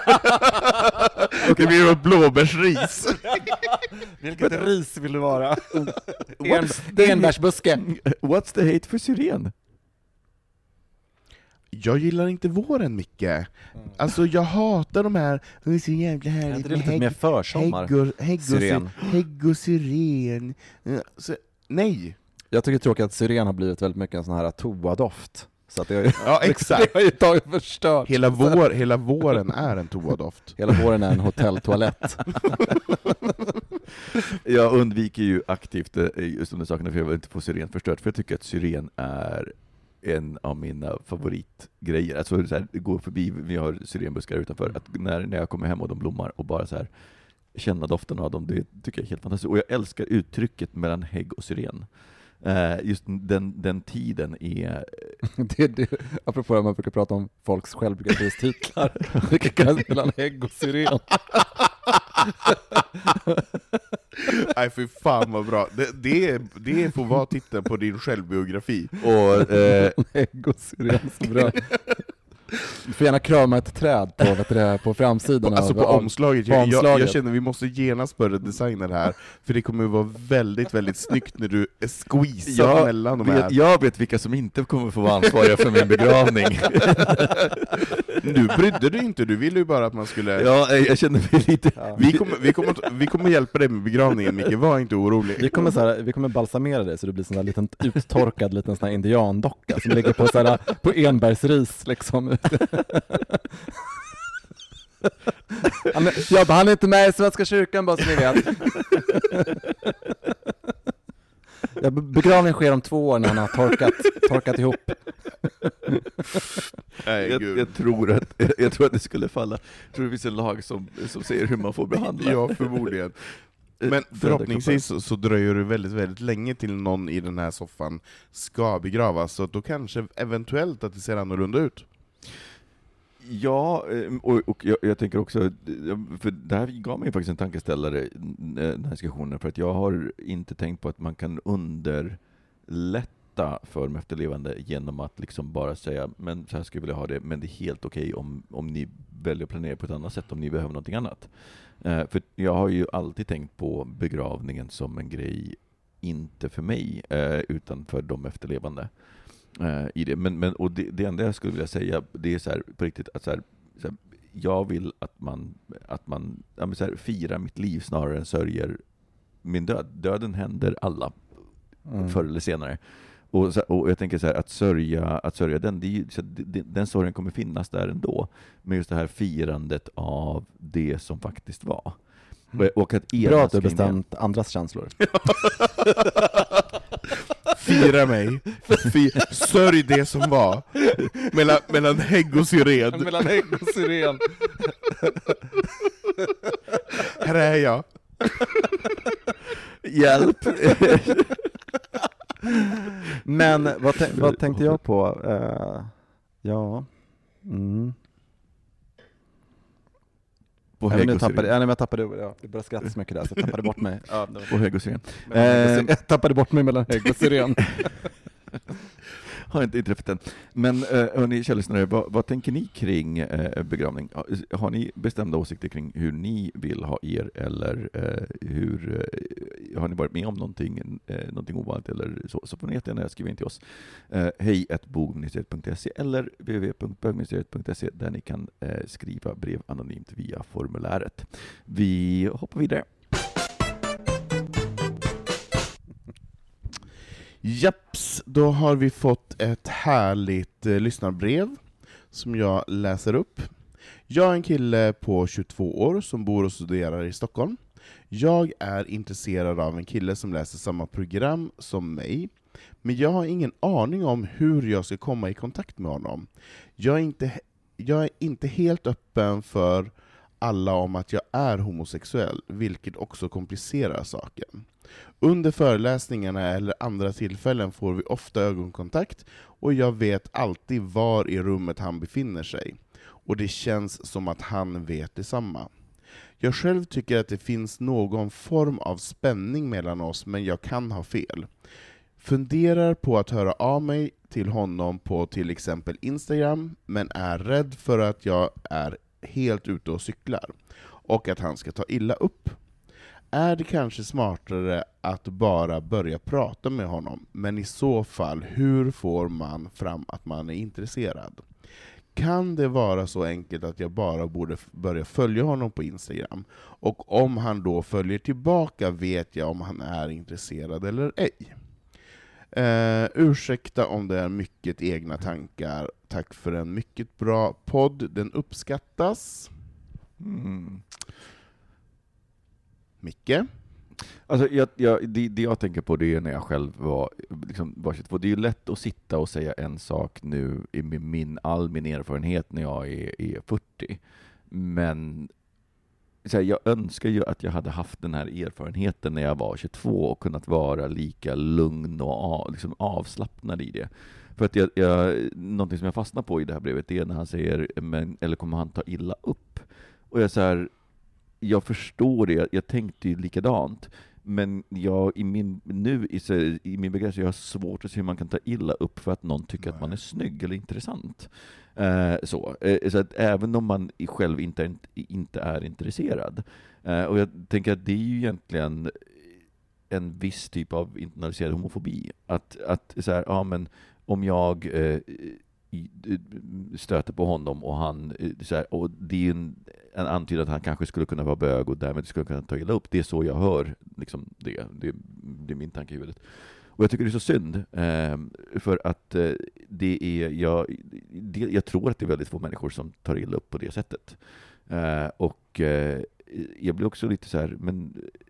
Det blir ett blåbärsris. Vilket ris vill du vara? What's the- Enbärsbuske. What's the hate för syren? Jag gillar inte våren mycket. Alltså jag hatar de här, det är så jävla Är härligt inte det lite mer försommar? hägg och, hägg och, Syren. sy- hägg och syren. Ja, så, nej. Jag tycker det är tråkigt att syren har blivit väldigt mycket en sån här toadoft. Så att det har ju, Ja, exakt. det har ju tagit förstört. Hela, vår, hela våren är en toadoft. Hela våren är en hotelltoalett. Jag undviker ju aktivt eh, just de där sakerna för jag vill inte få syren förstört, för jag tycker att syren är en av mina favoritgrejer. Alltså så här, gå förbi, vi har syrenbuskar utanför, att när, när jag kommer hem och de blommar och bara så här känna doften av dem, det tycker jag är helt fantastiskt. Och jag älskar uttrycket mellan hägg och syren. Uh, just den, den tiden är... det, det, apropå att man brukar prata om folks självbiografistitlar. Vilka kan mellan hägg och syren? Nej, för fan vad bra. Det, det, det får vara titeln på din självbiografi. Och, eh, hägg och syren, så bra. Du får gärna krama ett träd på, vet du, på framsidan. Alltså av, på av, omslaget. på Jag, jag, omslaget. jag känner vi måste genast börja designa det här, för det kommer att vara väldigt, väldigt snyggt när du squeezar jag, mellan de här. vet, jag vet vilka som inte kommer få vara ansvariga för min begravning. Du brydde dig inte, du ville ju bara att man skulle... Ja, jag känner mig lite... Ja. Vi kommer, vi, kommer, vi kommer hjälpa dig med begravningen, Micke, var inte orolig. Vi kommer, så här, vi kommer balsamera dig så du blir sån där liten uttorkad liten sån här indiandocka som ligger på, så här, på enbärsris liksom. Han, är, jag bara, han är inte med i Svenska kyrkan bara så ni vet. Ja, begravningen sker om två år när han har torkat, torkat ihop. Nej, Jag, gud. jag, tror att, jag, jag tror att det skulle falla. Jag tror det finns en lag som, som säger hur man får behandla. Ja, förmodligen. Men förhoppningsvis så, så dröjer det väldigt, väldigt länge till någon i den här soffan ska begravas, så då kanske eventuellt att det ser annorlunda ut. Ja, och, och jag, jag tänker också, för det här gav mig faktiskt en tankeställare, den här diskussionen, för att jag har inte tänkt på att man kan underlätta för de efterlevande genom att liksom bara säga, men så här skulle jag vilja ha det, men det är helt okej om, om ni väljer att planera på ett annat sätt, om ni behöver någonting annat. Uh, för jag har ju alltid tänkt på begravningen som en grej, inte för mig, uh, utan för de efterlevande. Uh, i det. Men, men, och det, det enda jag skulle vilja säga, det är så här, på riktigt, att så här, så här, jag vill att man, att man ja, men så här, firar mitt liv snarare än sörjer min död. Döden händer alla, mm. förr eller senare. Och, så, och jag tänker så här, att sörja, att sörja den, det är, så det, den sorgen kommer finnas där ändå. Men just det här firandet av det som faktiskt var. Mm. Och, och att bra att du bestämt andras känslor. Fira mig, Fy, sörj det som var, mellan, mellan hägg och syren. Mellan hägg och syren. Här är jag. Hjälp. Men vad, tän- vad tänkte jag på? Uh, ja. Mm. På Ja, hägg nu och tappade, syren. ja, jag tappade, ja, det började skrattas så mycket där så jag tappade bort mig. Ja, På hägg och syren. Eh, jag tappade bort mig mellan hägg och syren. har inte träffat den. Men hörni, källlyssnare, vad, vad tänker ni kring eh, begravning? Har, har ni bestämda åsikter kring hur ni vill ha er, eller eh, hur eh, har ni varit med om någonting, eh, någonting ovanligt eller så, så får ni jättegärna skriva in till oss. Eh, hej at bogministeriet punkt se eller w w w punkt bögministeriet punkt se där ni kan eh, skriva brev anonymt via formuläret. Vi hoppar vidare. Japs, då har vi fått ett härligt eh, lyssnarbrev som jag läser upp. Jag är en kille på tjugotvå år som bor och studerar i Stockholm. Jag är intresserad av en kille som läser samma program som mig, men jag har ingen aning om hur jag ska komma i kontakt med honom. Jag är inte, jag är inte helt öppen för alla om att jag är homosexuell, vilket också komplicerar saken. Under föreläsningarna eller andra tillfällen får vi ofta ögonkontakt och jag vet alltid var i rummet han befinner sig. Och det känns som att han vet detsamma. Jag själv tycker att det finns någon form av spänning mellan oss, men jag kan ha fel. Funderar på att höra av mig till honom på till exempel Instagram, men är rädd för att jag är helt ute och cyklar och att han ska ta illa upp. Är det kanske smartare att bara börja prata med honom, men i så fall, hur får man fram att man är intresserad? Kan det vara så enkelt att jag bara borde börja följa honom på Instagram? Och om han då följer tillbaka vet jag om han är intresserad eller ej. Uh, ursäkta om det är mycket egna tankar. Tack för en mycket bra podd. Den uppskattas. Mm. Micke? Alltså, jag, jag, det, det jag tänker på det är när jag själv var, liksom, var tjugotvå. Det är ju lätt att sitta och säga en sak nu med min, all min erfarenhet när jag är, är fyrtio. Men så här, jag önskar ju att jag hade haft den här erfarenheten när jag var tjugotvå och kunnat vara lika lugn och av, liksom avslappnad i det. För att jag, jag, någonting som jag fastnar på i det här brevet är när han säger, men, eller kommer han ta illa upp? Och jag så här, jag förstår det, jag tänkte ju likadant, men jag i min nu i, i min begränsning jag har svårt att se hur man kan ta illa upp för att någon tycker Nej. att man är snygg eller intressant. Eh, så eh, så att även om man själv inte är, inte är intresserad. Eh, och jag tänker att det är ju egentligen en viss typ av internaliserad homofobi. Att, att så här, ja men om jag eh, stöter på honom och han så här, och det är ju en, en antydan att han kanske skulle kunna vara bög och därmed skulle kunna ta illa upp. Det är så jag hör liksom det. Det, det är min tanke i huvudet. Och jag tycker det är så synd eh, för att eh, det är jag, det, jag tror att det är väldigt få människor som tar illa upp på det sättet. Eh, och eh, jag blir också lite så här, men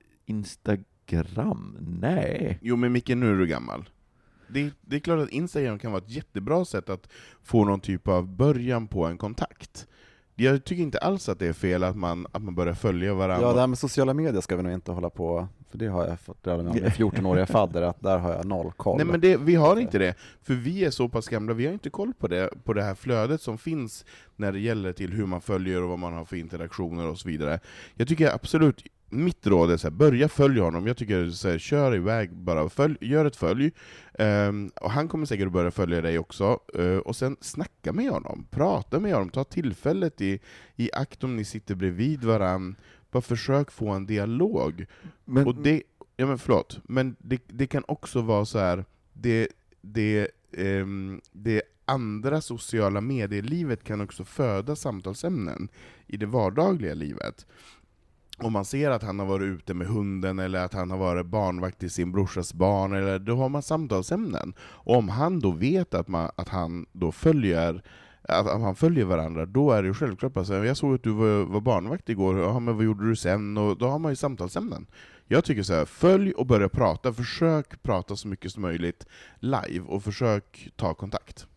Instagram, nej. Jo men Micke, nu är du gammal. Det, det är klart att Instagram kan vara ett jättebra sätt att få någon typ av början på en kontakt. Jag tycker inte alls att det är fel att man, att man börjar följa varandra. Ja, det här med sociala medier ska vi nog inte hålla på, för det har jag fått redan med fjorton-åriga fadder, att där har jag noll koll. Nej men det, vi har inte det, för vi är så pass gamla, vi har inte koll på det, på det här flödet som finns när det gäller till hur man följer och vad man har för interaktioner och så vidare. Jag tycker absolut, mitt råd är så här, börja följa honom. Jag tycker så här, kör iväg, bara följ, gör ett följ. Um, och han kommer säkert börja följa dig också. Uh, och sen snacka med honom, prata med honom, ta tillfället i, i akt om ni sitter bredvid varann. Bara försök få en dialog. Men, och det, ja men förlåt, men det, det kan också vara så här, det, det, um, det andra sociala medielivet kan också föda samtalsämnen i det vardagliga livet. Om man ser att han har varit ute med hunden eller att han har varit barnvakt till sin brorsas barn, eller då har man samtalsämnen. Och om han då vet att, man, att han då följer att, att han följer varandra, då är det ju självklart att jag såg att du var, var barnvakt igår, ja, men vad gjorde du sen? Och då har man ju samtalsämnen. Jag tycker så här, följ och börja prata, försök prata så mycket som möjligt live och försök ta kontakt.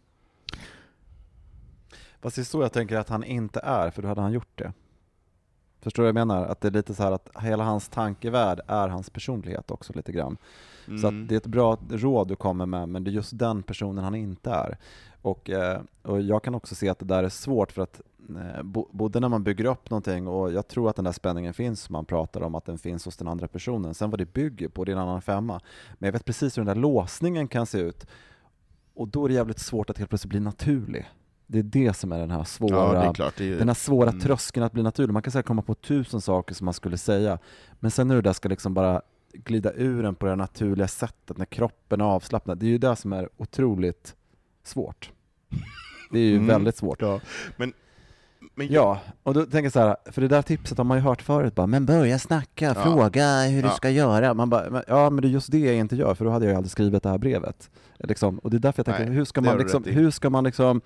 Fast det är så jag tänker att han inte är, för då hade han gjort det. Förstår du vad jag menar? Att det är lite så här att hela hans tankevärld är hans personlighet också lite grann. Mm. Så att det är ett bra råd du kommer med, men det är just den personen han inte är. Och, eh, och jag kan också se att det där är svårt, för att eh, både när man bygger upp någonting, och jag tror att den där spänningen finns, man pratar om att den finns hos den andra personen. Sen vad det bygger på, det är en annan femma. Men jag vet precis hur den där låsningen kan se ut. och då är det jävligt svårt att helt plötsligt bli naturlig. Det är det som är den här svåra, ja, det är klart, det är, den här svåra mm. tröskeln att bli naturlig. Man kan säga komma på tusen saker som man skulle säga, men sen när det där ska liksom bara glida ur en på det naturliga sättet, när kroppen är avslappnad, det är ju det som är otroligt svårt. Det är ju mm. väldigt svårt. Ja, men, men ja, och då tänker jag så här, för det där tipset har man ju hört förut, bara, men börja snacka, ja. fråga hur ja. du ska göra. Man bara, ja, men det är just det jag inte gör, för då hade jag aldrig skrivit det här brevet. Liksom. Och det är därför jag tänker, Nej, hur ska man liksom, hur ska man liksom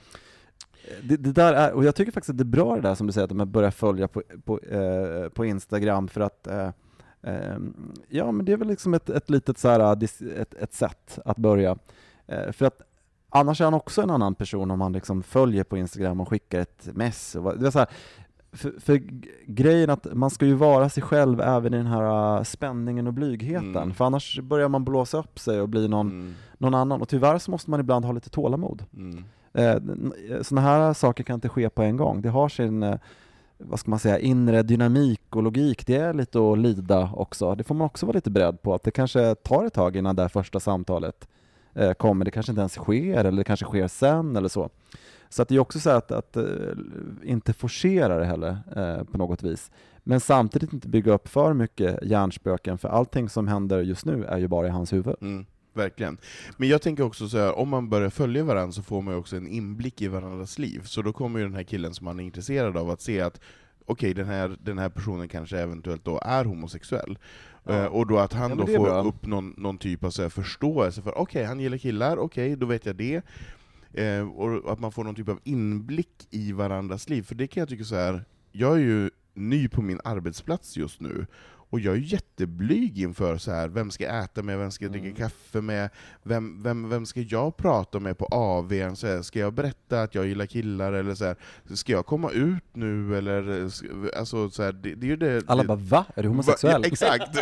det, det där är, och jag tycker faktiskt att det är bra det där som du säger, att man börjar följa på, på, eh, på Instagram, för att eh, eh, ja, men det är väl liksom ett, ett litet så här, ett, ett sätt att börja. Eh, för att annars är han också en annan person om man liksom följer på Instagram och skickar ett mess. Och, det är så här, för, för grejen att man ska ju vara sig själv även i den här spänningen och blygheten. Mm. För annars börjar man blåsa upp sig och bli någon, mm. någon annan. Och tyvärr så måste man ibland ha lite tålamod. Mm. Eh, såna här saker kan inte ske på en gång. Det har sin, eh, vad ska man säga, inre dynamik och logik. Det är lite att lida också. Det får man också vara lite beredd på. Att det kanske tar ett tag innan det första samtalet eh, kommer. Det kanske inte ens sker, eller det kanske sker sen eller så. Så att det är också så att, att uh, inte forcera det heller uh, på något vis. Men samtidigt inte bygga upp för mycket hjärnspöken, för allting som händer just nu är ju bara i hans huvud. Mm, verkligen. Men jag tänker också så här, om man börjar följa varandra så får man ju också en inblick i varandras liv. Så då kommer ju den här killen som man är intresserad av att se att okej, okay, den, här, den här personen kanske eventuellt då är homosexuell. Ja. Uh, och då att han ja, då får bra. upp någon, någon typ av så här förståelse för okej, okay, han gillar killar, okej, okay, då vet jag det. Eh, och att man får någon typ av inblick i varandras liv. För det kan jag tycka så här, jag är ju ny på min arbetsplats just nu, och jag är jätteblyg inför så här, vem ska jag äta med, vem ska jag dricka mm. kaffe med, vem, vem, vem ska jag prata med på A V? Så här, ska jag berätta att jag gillar killar, eller så här, ska jag komma ut nu, eller alltså så här, det, det är ju det. Alla det, bara, va? Är du homosexuell? Va? Ja, exakt.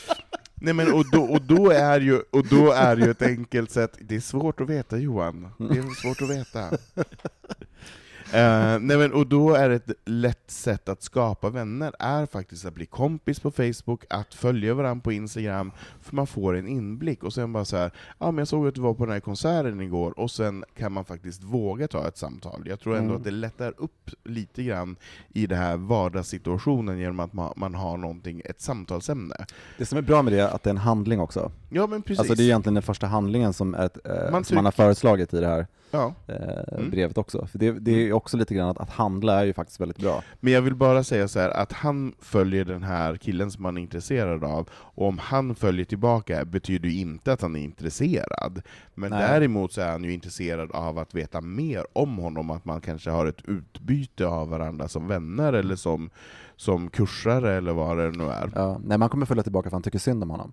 Nej, men och då, och då är ju och då är ju ett enkelt sätt. Det är svårt att veta, Johan. Det är svårt att veta. Uh, nej, men och då är ett lätt sätt att skapa vänner är faktiskt att bli kompis på Facebook, att följa varandra på Instagram, för man får en inblick. Och sen bara så här, ja, men jag såg att du var på den här konserten igår, och sen kan man faktiskt våga ta ett samtal. Jag tror ändå mm. att det lättar upp lite grann i det här vardagssituationen genom att man, man har någonting, ett samtalsämne. Det som är bra med det är att det är en handling också. Ja, men precis. Alltså det är egentligen den första handlingen som, är ett, eh, man, som man har föreslagit i det här. Ja. Eh, mm. brevet också. För det, det är också lite grann att, att handla är ju faktiskt väldigt bra. Men jag vill bara säga så här, att han följer den här killen som man är intresserad av, och om han följer tillbaka betyder ju inte att han är intresserad. Men Nej. däremot så är han ju intresserad av att veta mer om honom, att man kanske har ett utbyte av varandra som vänner eller som, som kursare eller vad det nu är. Ja. Nej, man kommer följa tillbaka för han tycker synd om honom.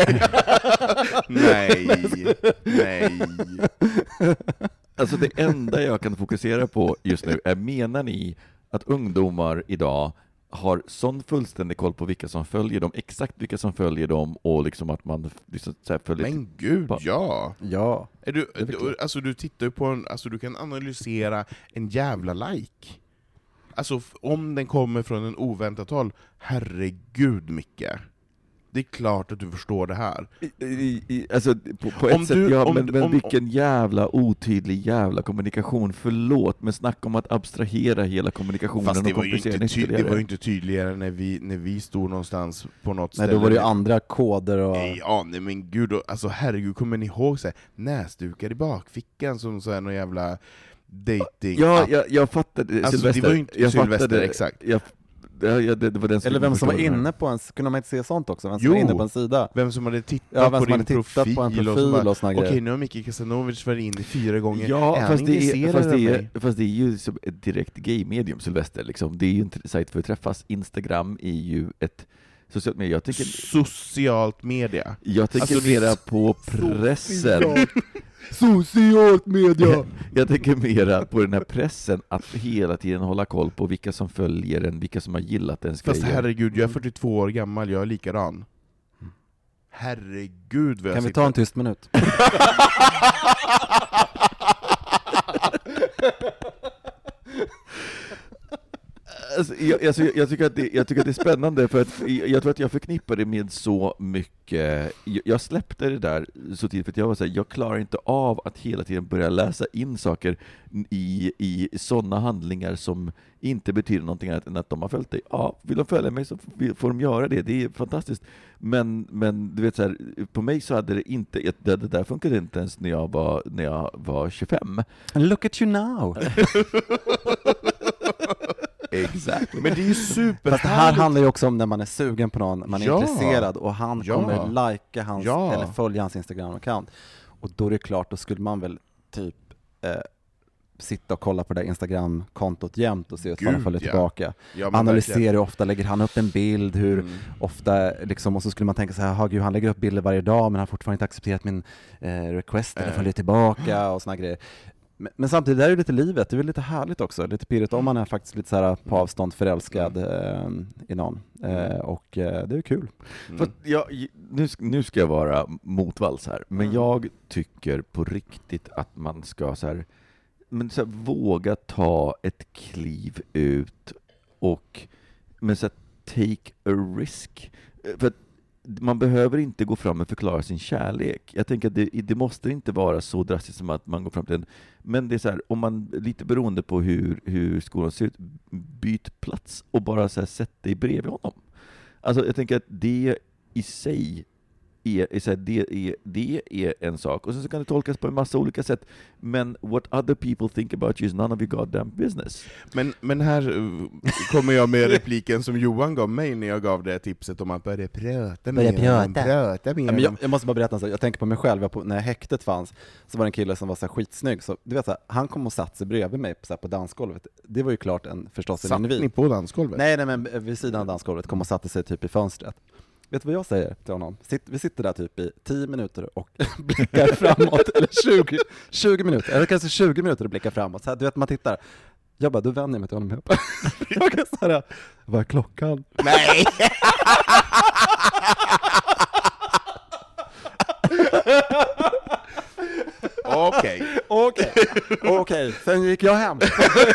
Nej, nej. Alltså det enda jag kan fokusera på just nu är, menar ni att ungdomar idag har sån fullständig koll på vilka som följer dem, exakt vilka som följer dem, och liksom att man liksom så här följer... Men gud, på... ja! Ja. Är du, du, alltså du tittar ju på en, alltså du kan analysera en jävla like. Alltså om den kommer från en oväntat håll, herregud Micke. Det är klart att du förstår det här. I, i, alltså, på, på ett sätt, du, ja, om, men, men om, vilken jävla otydlig jävla kommunikation. Förlåt, men snacka om att abstrahera hela kommunikationen. Fast det och var ju inte, ty- det var ju inte tydligare när vi, när vi stod någonstans på något nej, ställe. Då var det ju andra koder. Och... Nej, ja, nej, men gud, alltså herregud, kommer ni ihåg så här, näsdukar i bakfickan som så här någon jävla dating. Ja, jag, jag fattade, alltså, Sylvester. Det var ju inte jag Sylvester, fattade, exakt. Jag, Ja, ja, det, det var den eller vem som var inne på en, kunde man inte se sånt också? Vem som jo, var inne på en sida? Vem som hade tittat ja, vem på som din hade tittat profil, på en profil och, och såna okej, grejer. nu har Micke Kasanovic varit inne fyra gånger. Ja, är fast, det är, fast, det är, mig? fast det är ju som ett direkt gay-medium, Sylvester. Liksom. Det är ju en sajt för att träffas. Instagram är ju ett socialt media. Jag tänker, socialt media. Jag tänker alltså, mera på pressen. Socialt media. Jag tänker mera på den här pressen att hela tiden hålla koll på vilka som följer en, vilka som har gillat ens Fast grejer. herregud, jag är fyrtiotvå år gammal, jag är likadan. Herregud vad jag kan sitter... vi ta en tyst minut? Alltså, jag, alltså, jag, tycker att det, jag tycker att det är spännande, för att jag tror att jag förknippar det med så mycket. Jag, jag släppte det där så tidigt, för att jag var så här, jag klarar inte av att hela tiden börja läsa in saker i, i sådana handlingar som inte betyder någonting annat än att de har följt dig. Ja, vill de följa mig så får de göra det, det är fantastiskt. Men, men du vet, så här, på mig så hade det inte, det, det där funkade inte ens när jag var, när jag var tjugofem. Look at you now! Exakt. Men det är ju super. Fast det här handlar ju också om när man är sugen på någon, man är ja. intresserad och han ja. kommer likea hans, ja. eller följa hans Instagram-account. Och då är det klart, då skulle man väl typ eh, sitta och kolla på det där Instagram-kontot jämt och se att han följer ja. tillbaka. Ja, analysera hur ofta lägger han upp en bild, hur mm. ofta liksom, och så skulle man tänka så här, gud, han lägger upp bilder varje dag men han har fortfarande inte accepterat min eh, request eller följer tillbaka och såna grejer. Men, men samtidigt, det är ju lite livet, det är väl lite härligt också, lite pirrigt om man är faktiskt lite så här på avstånd förälskad eh, i någon. Eh, och eh, det är ju kul. Mm. För jag, nu, nu ska jag vara motvalls här, men mm. jag tycker på riktigt att man ska så här, men så här, våga ta ett kliv ut och men så här, take a risk. För att man behöver inte gå fram och förklara sin kärlek. Jag tänker att det, det måste inte vara så drastiskt som att man går fram till en, men det är så här, om man lite beroende på hur, hur skolan ser ut, byt plats och bara så här, sätt dig bredvid honom. Alltså jag tänker att det i sig är, är, så här, det, är, det är en sak. Och sen så kan det tolkas på en massa olika sätt. Men what other people think about you is none of your goddamn business. Men, men här kommer jag med repliken som Johan gav mig när jag gav det tipset om att börja prata med börja honom. Prata med ja, men jag, jag måste bara berätta en sak. Jag tänker på mig själv. Jag på, när häktet fanns så var det en kille som var så här skitsnygg. Så, du vet, så här, han kom och satt sig bredvid mig på, så här, på dansgolvet. Det var ju klart en, förstås en satt individ. Satt ni på dansgolvet? Nej, nej, men vid sidan av dansgolvet kom och satte sig typ i fönstret. Vet du vad jag säger till honom? Sitt, vi sitter där typ i tio minuter och blickar framåt, eller tjugo, tjugo minuter, eller kanske tjugo minuter och blickar framåt. Så här, du vet, man tittar. Jag bara, du vänder mig till honom. Jag, bara, jag kan säga, vad är klockan? Nej! Okej. Okej, okej. Sen gick jag hem.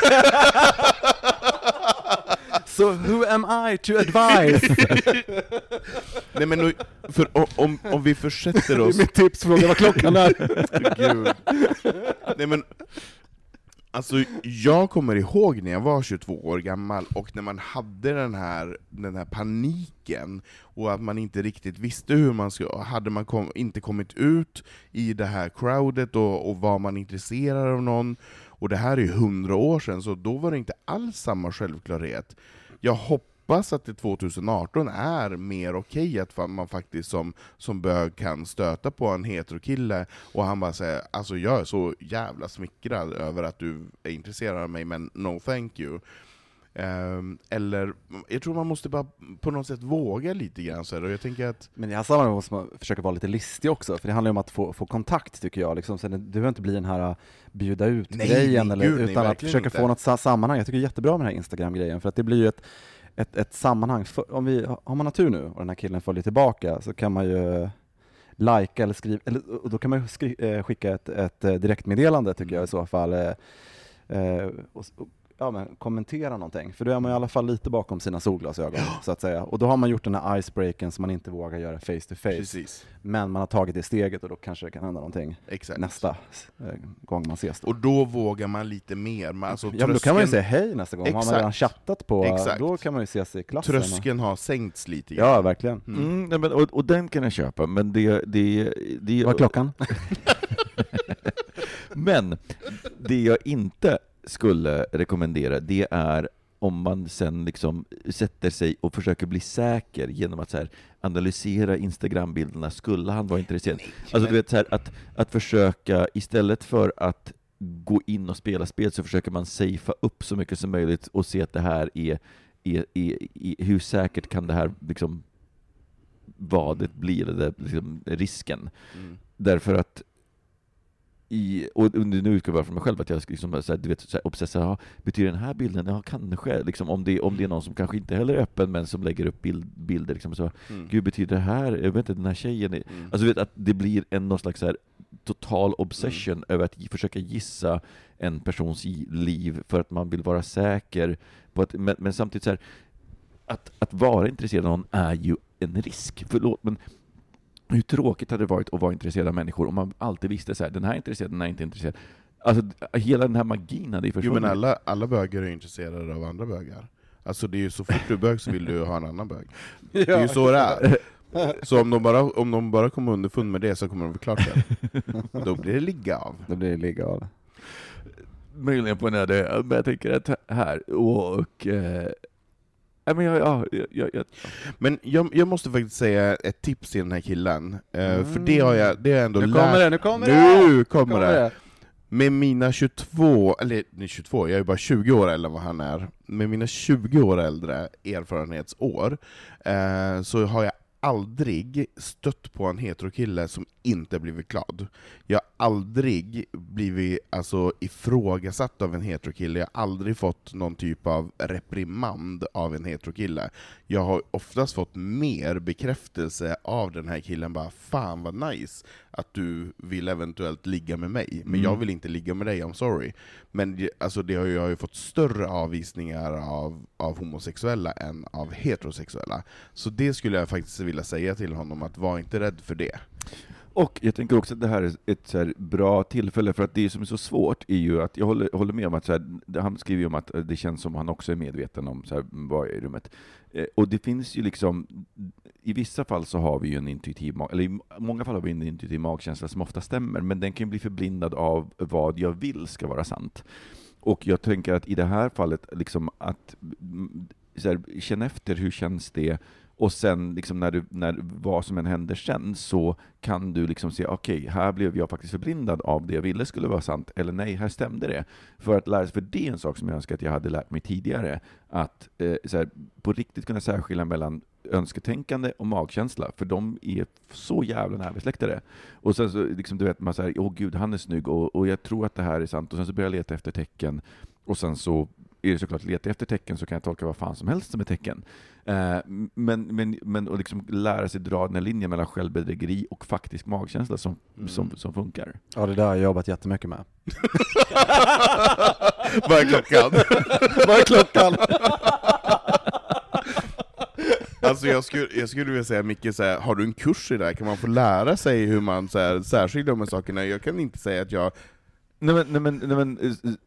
So who am I to advise? Nej, men nu, för om, om vi försätter oss... Det är mitt tips, fråga vad klockan är. Gud. Nej, men alltså, jag kommer ihåg när jag var tjugotvå år gammal och när man hade den här, den här paniken och att man inte riktigt visste hur man skulle, hade man kom, inte kommit ut i det här crowdet och, och var man intresserad av någon. Och det här är ju hundra år sedan, så då var det inte alls samma självklarhet. Jag hoppas att det tjugoarton är mer okej att man faktiskt som, som bög kan stöta på en heterokille och han bara säger, alltså jag är så jävla smickrad över att du är intresserad av mig, men no thank you. Um, eller, jag tror man måste bara på något sätt våga lite grann så här, och jag tänker att... Men i här sammanhanget måste man försöka vara lite listig också, för det handlar ju om att få, få kontakt, tycker jag liksom. Så det behöver inte bli den här bjuda ut-grejen, eller, gud, utan nej, att försöka inte. få något sammanhang. Jag tycker det är jättebra med den här Instagram-grejen, för att det blir ju ett, ett, ett sammanhang. För, om vi, har man har tur nu och den här killen följer tillbaka, så kan man ju like eller skriva, eller, och då kan man ju skri, skicka ett, ett direktmeddelande, tycker jag i så fall. Eh, och, och, ja, men kommentera någonting, för då är man i alla fall lite bakom sina solglasögon, så att säga. Och då har man gjort den här icebreaken som man inte vågar göra face to face. Precis. Men man har tagit det steget och då kanske det kan hända någonting. Exakt. Nästa eh, gång man ses. Då. Och då vågar man lite mer. Man, alltså, ja, men då kan man ju säga hej nästa gång. Exakt. Har man redan chattat på, Exakt. Då kan man ju ses i klassen. Tröskeln har sänkts lite grann. Ja, verkligen. Mm. Mm, nej, men, och, och den kan jag köpa, men det... det, det vad är klockan? Men det jag inte skulle rekommendera, det är om man sen liksom sätter sig och försöker bli säker genom att så här analysera Instagram-bilderna. Skulle han vara intresserad? Nej, alltså du vet, så här, att, att försöka, istället för att gå in och spela spel, så försöker man safea upp så mycket som möjligt och se att det här är, är, är, är hur säkert kan det här liksom, vad det blir, eller liksom, risken. Mm. Därför att I, och nu utgår jag bara från mig själv att jag liksom, så här, du vet, så här, obsessa, ja, betyder den här bilden, ja kanske, liksom, om, det, om det är någon som kanske inte heller är öppen men som lägger upp bild, bilder liksom, så, mm. gud, betyder det här, jag vet inte, den här tjejen är, mm. alltså vet att det blir en någon slags så här, total obsession mm. över att försöka gissa en persons liv för att man vill vara säker på att, men, men samtidigt så här, att, att vara intresserad av någon är ju en risk. Förlåt, men hur tråkigt hade det varit att vara intresserad av människor om man alltid visste så här, den här är intresserad, den här är inte intresserad. Alltså hela den här magin hade ju försvunnit. Jo, men alla, alla bögar är intresserade av andra bögar. Alltså det är ju så fort du är bög så vill du ha en annan bög. Ja. Det är ju så det är. Så om de bara, om de bara kommer underfund med det så kommer de bli klart det. Då blir det ligga av. Då blir det ligga av. Möjligen på när det, men jag tänker att här och... Eh, men jag, ja, jag, jag, men jag, jag måste faktiskt säga ett tips till den här killen. Mm. För det har jag, det har jag ändå nu lärt... Kommer det, nu kommer nu det! Nu kommer, kommer det! det. Med mina tjugotvå, eller nej, tjugotvå, jag är bara tjugo år äldre än vad han är. Med mina tjugo år äldre erfarenhetsår eh, så har jag aldrig stött på en heterokille som inte blivit glad. Jag har aldrig blivit alltså, ifrågasatt av en heterokille. Jag har aldrig fått någon typ av reprimand av en heterokille. Jag har oftast fått mer bekräftelse av den här killen. Bara, fan vad nice att du vill eventuellt ligga med mig. Men mm. jag vill inte ligga med dig, I'm sorry. Men alltså, det har ju, jag har ju fått större avvisningar av, av homosexuella än av heterosexuella. Så det skulle jag faktiskt vilja säga till honom, att var inte rädd för det. Och jag tänker också att det här är ett så här bra tillfälle, för att det som är så svårt är ju att jag håller, håller med om att så här, han skriver ju om att det känns som han också är medveten om så här, vad är i rummet. Eh, och det finns ju liksom, i vissa fall så har vi ju en intuitiv, eller i många fall har vi en intuitiv magkänsla som ofta stämmer, men den kan bli förblindad av vad jag vill ska vara sant. Och jag tänker att i det här fallet liksom att så här, känna efter hur känns det. Och sen liksom när du, när vad som än händer sen, så kan du liksom se, okej, okay, här blev jag faktiskt förblindad av det jag ville skulle vara sant, eller nej, här stämde det. För att lära sig, för det är en sak som jag önskar att jag hade lärt mig tidigare, att eh, så här, på riktigt kunna särskilja mellan önsketänkande och magkänsla, för de är så jävla närbesläktade. Och sen så liksom, du vet, man säger, åh gud, han är snygg, och, och jag tror att det här är sant, och sen så börjar jag leta efter tecken, och sen så är det såklart leta efter tecken, så kan jag tolka vad fan som helst som är tecken. Eh, men men, men att liksom lära sig dra den här linjen mellan självbedrägeri och faktisk magkänsla som, mm. som, som funkar. Ja, det där har jag jobbat jättemycket med. Vad är klockan? Vad är klockan? Alltså jag skulle, jag skulle vilja säga, Micke, så här, har du en kurs i det här? Kan man få lära sig hur man så här, särskiljer de här sakerna? Jag kan inte säga att jag... Nej men, nej, men, nej, men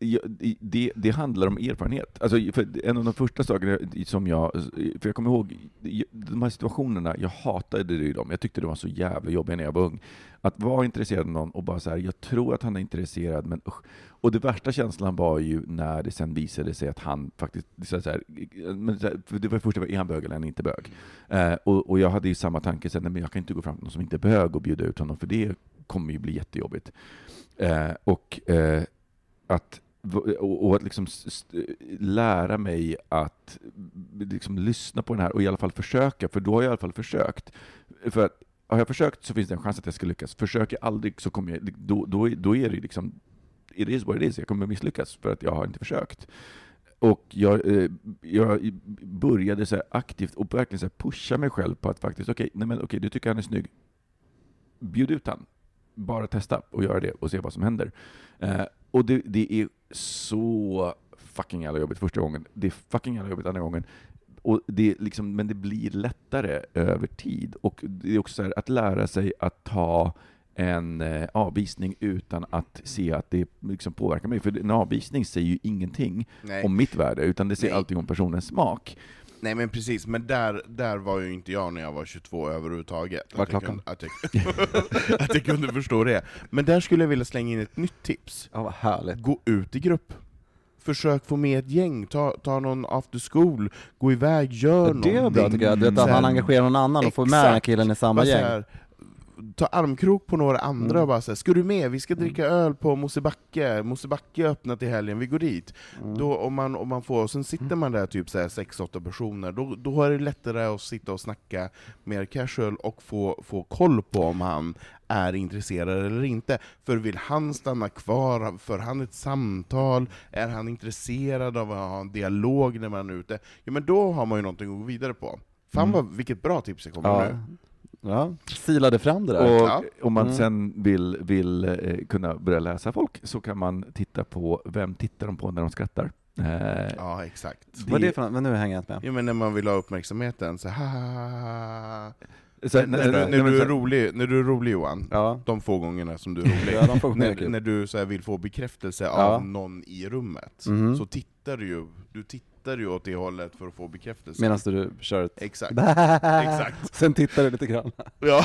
det, det handlar om erfarenhet. Alltså, för en av de första sakerna som jag... För jag kommer ihåg, de här situationerna, jag hatade det ju dem. Jag tyckte det var så jävla jobbigt när jag var ung. Att vara intresserad av någon och bara så här, jag tror att han är intresserad, men usch. Och det värsta känslan var ju när det sen visade sig att han faktiskt... Så här, men så här, för det var först, är han bög eller han inte bög? Eh, och, och jag hade ju samma tanke, så här, nej, men jag kan inte gå fram till någon som inte är bög och bjuda ut honom, för det kommer ju bli jättejobbigt. Eh, och eh, att och, och att liksom st- lära mig att liksom lyssna på den här och i alla fall försöka, för då har jag i alla fall försökt. För att har jag försökt så finns det en chans att jag ska lyckas. Försöker jag aldrig så kommer jag, då, då, då är det liksom, it is what it is, jag kommer misslyckas för att jag har inte försökt. Och jag, eh, jag började så här aktivt och verkligen så här pusha mig själv på att faktiskt, okej, okay, nej men okej, okay, du tycker han är snygg, bjud ut han. Bara testa och göra det och se vad som händer. Eh, och det, det är så fucking jävla jobbigt första gången. Det är fucking jävla jobbigt andra gången. Och det liksom, men det blir lättare över tid. Och det är också så här, att lära sig att ta en eh, avvisning utan att se att det liksom påverkar mig. För en avvisning säger ju ingenting Nej. om mitt värde, utan det säger Nej. allting om personens smak. Nej men precis, men där, där var ju inte jag när jag var tjugotvå överhuvudtaget. Vad att, jag klockan? kunde, att, jag, att jag kunde förstå det. Men där skulle jag vilja slänga in ett nytt tips. Ja, vad härligt. Gå ut i grupp. Försök få med ett gäng, ta, ta någon after school, gå iväg, gör ja, någonting. Det är bra tycker jag, du vet, att han engagerar någon annan och får med den här killen i samma gäng. Här, ta armkrok på några andra mm. och bara säga, ska du med? Vi ska dricka mm. öl på Mosebacke. Mosebacke öppnat i helgen, vi går dit. Mm. Då, om, man, om man får, sen sitter man där typ så här sex åtta personer, då, då är det lättare att sitta och snacka mer casual och få, få koll på om han är intresserad eller inte. För vill han stanna kvar? För han ett samtal? Är han intresserad av att ha en dialog när man är ute? Ja, men då har man ju någonting att gå vidare på. Fan mm. vad, vilket bra tips jag kommer ja. nu. Ja, silade fram det där. Och ja. om man Mm. sen vill, vill eh, kunna börja läsa folk, så kan man titta på vem tittar de på när de skrattar. Eh, Ja, exakt. Det... Vad är det för något? Men nu hänger jag inte med. Ja, men när man vill ha uppmärksamheten så ha. Så, när, när, när, när, du så, är rolig, när du är rolig Johan, ja. de få gångerna som du är rolig, ja, de får när, när du så här, vill få bekräftelse ja. av någon i rummet, mm. så tittar du ju, du tittar ju åt det hållet för att få bekräftelse. Medan du kör ett... Exakt. Exakt. Sen tittar du lite grann. Ja.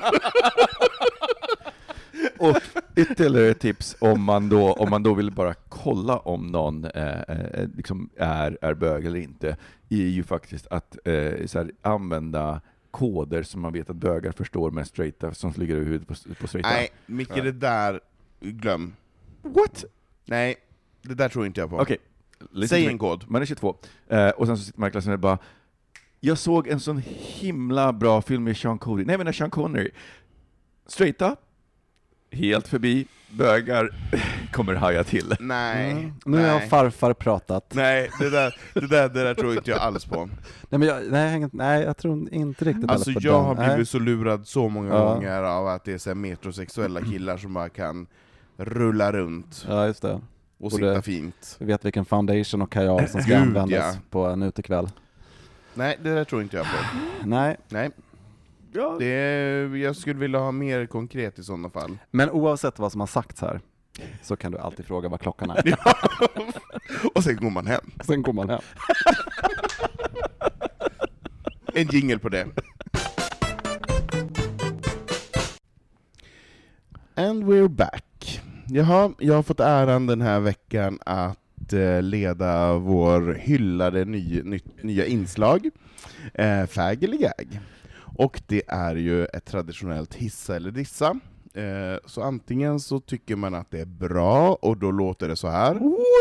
Och ytterligare ett tips om man då, om man då vill bara kolla om någon eh, eh, liksom är, är bög eller inte, är ju faktiskt att eh, så här, använda koder som man vet att bögar förstår med straighta som flyger över huvudet på, på straighta. Nej, Micke, ja. Det där, glöm. What? Nej, det där tror inte jag på. Okej. Okay. Säg en kod. Man är tjugotvå. Eh, och sen så sitter man i klassen och bara, jag såg en sån himla bra film med Sean Connery. Nej, men Sean Connery. Straighta. Helt förbi, bögar kommer haja till. Nej. Mm. Nu nej. har farfar pratat. Nej, det där, det där, det där tror inte jag alls på. Nej, men jag, nej, nej, jag tror inte riktigt alltså på jag den. har blivit nej. så lurad så många ja. gånger av att det är så här metrosexuella killar som bara kan rulla runt. Ja, just det. Och Borde, sitta fint. Vi vet vilken foundation och kajal som ska Gud, användas ja. på en utekväll. Nej, det där tror inte jag på. Nej. Nej. Ja. Det är, jag skulle vilja ha mer konkret i sådana fall. Men oavsett vad som har sagts här så kan du alltid fråga vad klockan är. Ja. Och sen går man hem. Sen går man hem. En jingle på det. And we're back. Jaha, jag har fått äran den här veckan att eh, leda vår hyllade ny, ny, nya inslag, eh, Fag eller gag. Och det är ju ett traditionellt hissa eller dissa. Eh, så antingen så tycker man att det är bra, och då låter det så här.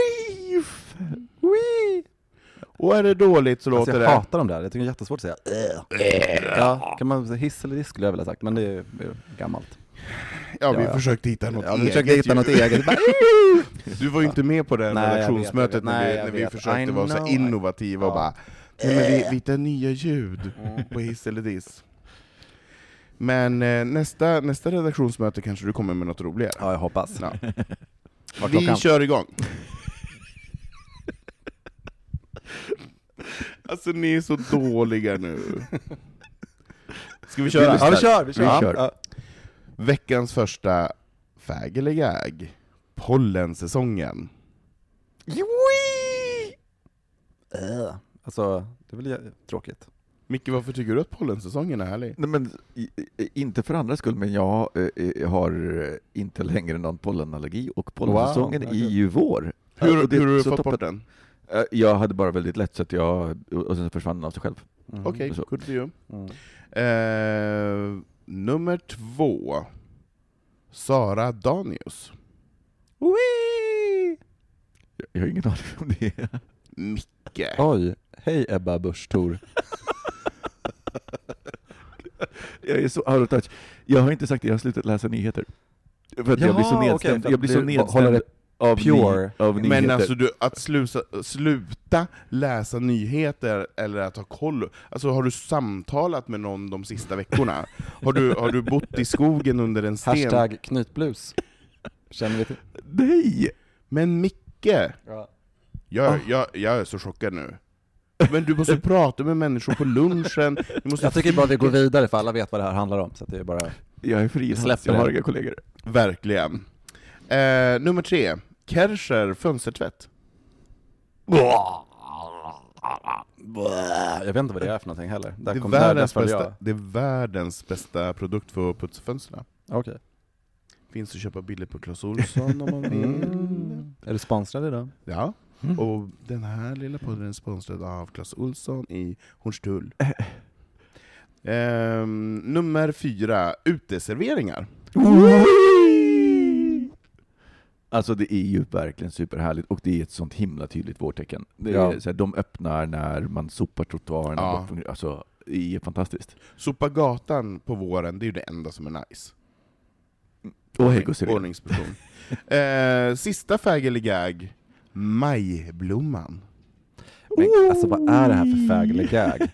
Och är det dåligt så alltså låter jag det... Jag hatar dem där, jag tycker det är jättesvårt att säga. Ja, kan man säga hiss eller diss skulle jag vilja sagt, men det är, det är gammalt. Ja, vi ja, ja. försökte hitta något ja, eget. Vi försökte hitta något eget. Du var ju inte med på det nej, redaktionsmötet när vi, när vi försökte vara så innovativa och bara, nej, men vi, vi hittar nya ljud på hiss eller diss. Men eh, nästa, nästa redaktionsmöte kanske du kommer med något roligare. Ja, jag hoppas. Ja. Vi kör igång. Alltså ni är så dåliga nu. Ska vi köra? Ja, vi kör. Vi kör. Ja. Vi kör. Ja. Veckans första fag eller gag. Pollensäsongen. Äh, alltså, det är väl tråkigt. Micke, varför tycker du att pollensäsongen är härlig? Nej, men, i, inte för andra skull, men jag eh, har inte längre någon pollenallergi, och pollensäsongen wow, är ju vår. Hur, det, hur har du fått toppen. bort den? Jag hade bara väldigt lätt, så att jag, och sen försvann den av sig själv. Mm. Okej, okay, good for you. Mm. Eh, nummer två. Sara Danius. Wee! Jag har ingen aning om det. Micke. Oj, hej Ebba Busch Thor. Jag är så out of touch. Jag har inte sagt det, jag har slutat läsa nyheter. För att ja, jag blir så nedstämd. Okay, jag blir så nedstämd av, pure. Ny, av nyheter. Men alltså du, att slusa, sluta läsa nyheter eller att ha koll. Alltså har du samtalat med någon de sista veckorna? Har du, har du bott i skogen under en sten? Hashtag knytblus. Känner vi till? Nej! Men Micke, ja. jag, jag, jag är så chockad nu. Men du måste prata med människor på lunchen. Du måste jag tycker bara att vi går vidare, för alla vet vad det här handlar om. Så att det är bara... Jag är fri, jag har inga kollegor. Verkligen. Eh, nummer tre. Kärcher fönstertvätt. Jag vet inte vad det är för någonting heller. Där det, är kom världens där bästa, det är världens bästa produkt för att putsa fönsterna. Okej. Okay. Finns att köpa bilder på Clas Ohlson om man vill. Mm. Är du sponsrad idag? Ja. Mm. Och den här lilla podden är sponsrad av Clas Ohlson i Hornstull. ehm, nummer fyra. Uteserveringar. Alltså det är ju verkligen superhärligt, och det är ett sånt himla tydligt vårtecken. Det är ja. så här, de öppnar när man sopar trottoarerna. Ja. Alltså, det är fantastiskt. Sopa gatan på våren, det är ju det enda som är nice. Och hej, och ordningsperson. eh, sista fag eller gag. Majblomman. Men alltså vad är det här för fag eller gag?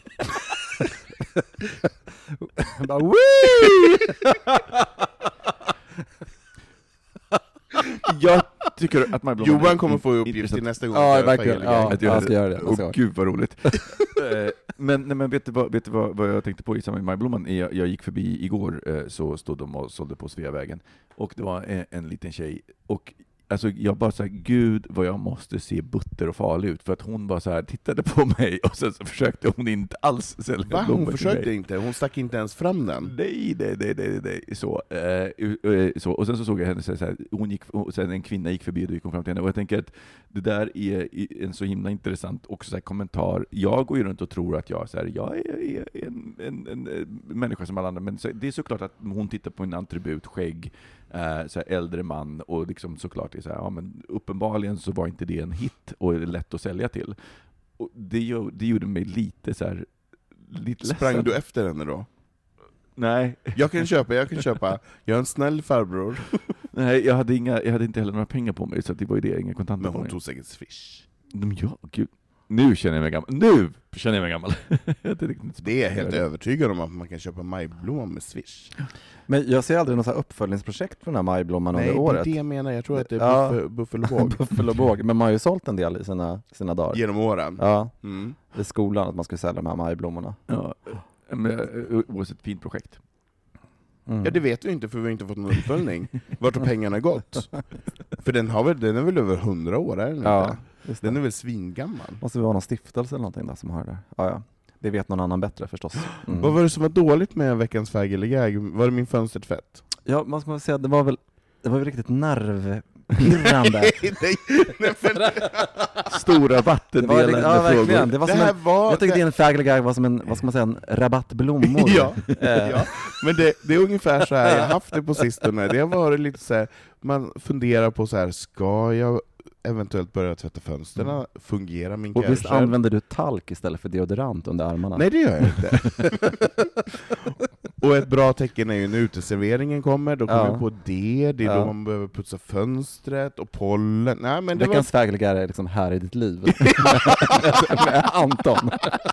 Bara, jag tycker tycker att Majblomman Johan kommer få uppgift intressant. till nästa gång. Ja, att verkligen. göra Ja, Att jag göra ska göra det. Jag ska Åh, gud vad roligt. Eh, men nej, men vet du, vad, vet du vad, vad jag tänkte på i samband med Majblomman? Jag, jag gick förbi igår, eh, så stod de och sålde på Sveavägen. Och det var en, en liten tjej. Och alltså, jag bara sa, gud vad jag måste se butter och farlig ut. För att hon bara så här tittade på mig och sen så försökte hon inte alls sälja Va? blommor Hon till försökte mig. inte, hon stack inte ens fram den. Nej, nej, nej, nej, nej. Så, eh, eh, så. Och sen så såg jag henne så här, hon gick, och sen en kvinna gick förbi och då gick hon fram till henne. Och jag tänker att det där är en så himla intressant också så här, kommentar. Jag går ju runt och tror att jag, så här, jag är, är en, en, en, en människa som alla andra, men så, det är såklart att hon tittar på en attribut, skägg, eh, så här, äldre man, och liksom såklart är så här, ja, men uppenbarligen så var inte det en hit och är det lätt att sälja till. Och det, gör, det gjorde mig lite så här, lite Sprang ledsen. du efter henne då? Nej. Jag kan köpa, jag kan köpa. Jag är en snäll farbror. Nej, jag hade, inga, jag hade inte heller några pengar på mig, så det var ju det, inga kontanter Men på hon mig. tog säkert Swish. Men ja, gud. Nu känner jag mig gammal. Nu känner jag mig gammal. Det är jag helt övertygad om, att man kan köpa majblomman med Swish. Men jag ser aldrig något så här uppföljningsprojekt på den här majblomman under Nej, året. det är det jag menar. Jag tror att det är Ja. buffel, buffel och båg. Buffel och båg. Men man har ju sålt en del i sina, sina dagar. Genom åren. Ja, Mm. i skolan, att man ska sälja de här majblommorna. Ja, men det var ett fint projekt. Mm. Ja, det vet vi inte, för vi har inte fått någon uppföljning. Vart har pengarna gått? För den, har väl, den är väl över hundra år, är den Ja, inte? just det. Den är väl svingammal. Måste vi ha någon stiftelse eller någonting där som har det där. Ja, ja. Det vet någon annan bättre förstås. Mm. Vad var det som var dåligt med veckans fag eller gag? Var det min fönstret fett? Ja, man ska väl säga att det var väl, det var väl riktigt nervpirrande. nej, nej, nej, men... Stora Det var, vattendelande ja, verkligen. frågor. Det var Det som här en, var... jag tyckte det... din fag gag var som en, vad ska man säga, en rabatt blommor. ja, Eh, ja, men det, det är ungefär så här jag har haft det på sistone. Det har varit lite så här, man funderar på så här, ska jag eventuellt börja tvätta fönstren? Mm. Fungerar min Och visst kärcher? använder du talk istället för deodorant under armarna? Nej, det gör jag inte. Och ett bra tecken är ju när uteserveringen kommer, då kommer Ja. jag på det, det är Ja. då man behöver putsa fönstret och pollen. Nej, men det Veckans var... fag gag är liksom här i ditt liv. Med Anton.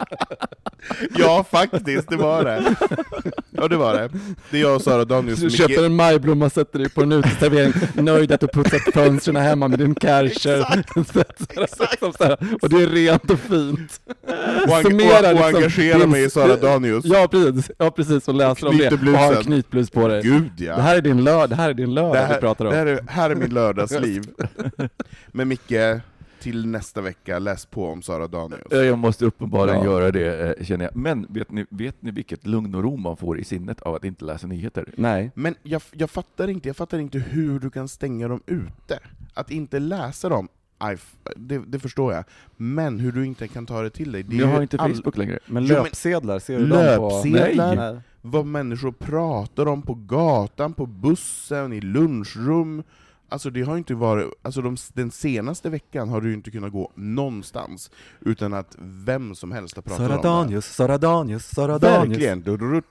Ja, faktiskt, det var det. Ja, det var det. Det är jag och Sara Danius. Du köper en majblomma, sätter dig på en uteservering, nöjd att du putsat fönstren hemma med din Kärcher. Exakt. Och det är rent och fint. och, ang- Summerar och, och liksom engagerar din- mig i Sara Danius. Ja, precis. Ja, precis. Och läser om det. Knyter Och blusen. har en knytblus på dig. Gud, ja. Det här är din lördag, det här är din lördag Det här, vi pratar om. det här, är, här är min lördagsliv. Men Micke, till nästa vecka, läs på om Sara Danius. Jag måste uppenbarligen Ja. göra det, eh, känner jag. Men vet ni, vet ni vilket lugn och ro man får i sinnet av att inte läsa nyheter? Nej. Men jag, jag fattar inte, jag fattar inte hur du kan stänga dem ute. Att inte läsa dem, aj, det, det förstår jag. Men hur du inte kan ta det till dig. Det är Jag ju har inte all- Facebook längre. Men Jo, men- löpsedlar, ser du dem på... Löpsedlar? Nej. Vad människor pratar om på gatan, på bussen, i lunchrum. Alltså det har inte varit, alltså de, den senaste veckan har du ju inte kunnat gå någonstans utan att vem som helst har pratat Sara om det. Danius, Sara Danius, Sara Danius. Verkligen.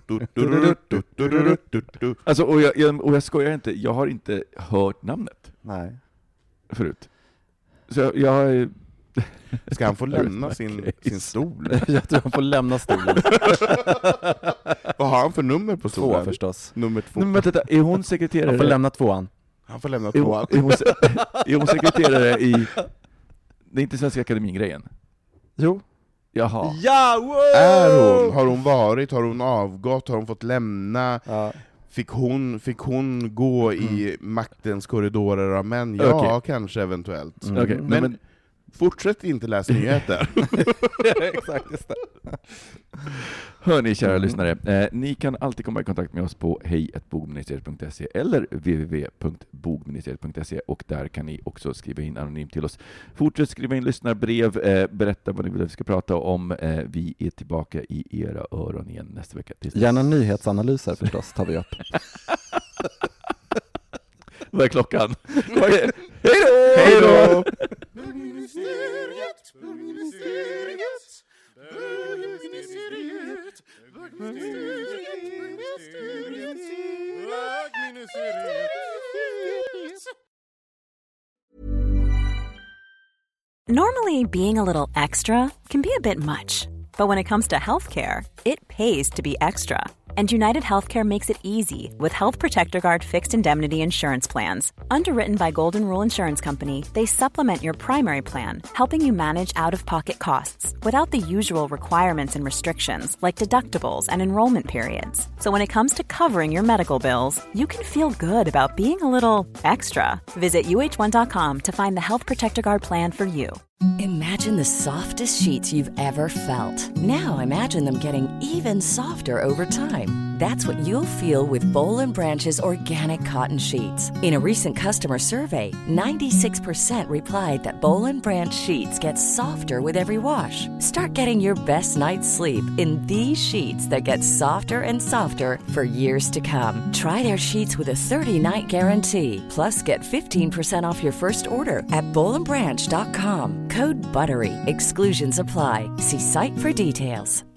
Du-du-du-du-du-du-du-du-du-du. Alltså, och, jag, jag, och jag skojar inte, jag har inte hört namnet Nej. förut. Så jag, jag Ska han få lämna sin, Okej. sin stol? Jag tror han får lämna stolen. Vad har han för nummer på Två stolen? förstås. Nummer två. men vänta, är hon Han sekreterare? får lämna tvåan. Han får lämna är, hon, tvåan. är, hon, se- är hon sekreterare i... Det är inte Svenska Akademin-grejen? Jo. Jaha. Ja, wow! Är hon? Har hon varit? Har hon avgått? Har hon fått lämna? Ja. Fick hon, fick hon gå i maktens korridorer av män? Ja, Okej. kanske eventuellt. Mm. Okej, Men, nej, men fortsätt inte läsa nyheter. Exakt, just det. hörni, kära Mm. lyssnare, eh, ni kan alltid komma i kontakt med oss på hej at bogministeriet punkt se eller w w w punkt bogministeriet punkt se, och där kan ni också skriva in anonymt till oss. Fortsätt skriva in lyssnarbrev, eh, berätta vad ni vill att vi ska prata om. Eh, vi är tillbaka i era öron igen nästa vecka. Tills dess. Gärna nyhetsanalyser förstås, tar vi upp. Vad är klockan? Hej Hej då! Bögministeriet, bögministeriet, bögministeriet, bögministeriet, bögministeriet, bögministeriet. Normally, being a little extra can be a bit much, but when it comes to healthcare, it pays to be extra. And United Healthcare makes it easy with Health Protector Guard fixed indemnity insurance plans. Underwritten by Golden Rule Insurance Company, they supplement your primary plan, helping you manage out-of-pocket costs without the usual requirements and restrictions like deductibles and enrollment periods. So when it comes to covering your medical bills, you can feel good about being a little extra. Visit U H one dot com to find the Health Protector Guard plan for you. Imagine the softest sheets you've ever felt. Now imagine them getting even softer over time. That's what you'll feel with Boll and Branch's organic cotton sheets. In a recent customer survey, ninety-six percent replied that Boll and Branch sheets get softer with every wash. Start getting your best night's sleep in these sheets that get softer and softer for years to come. Try their sheets with a thirty-night guarantee. Plus, get fifteen percent off your first order at boll and branch dot com. Code BUTTERY. Exclusions apply. See site for details.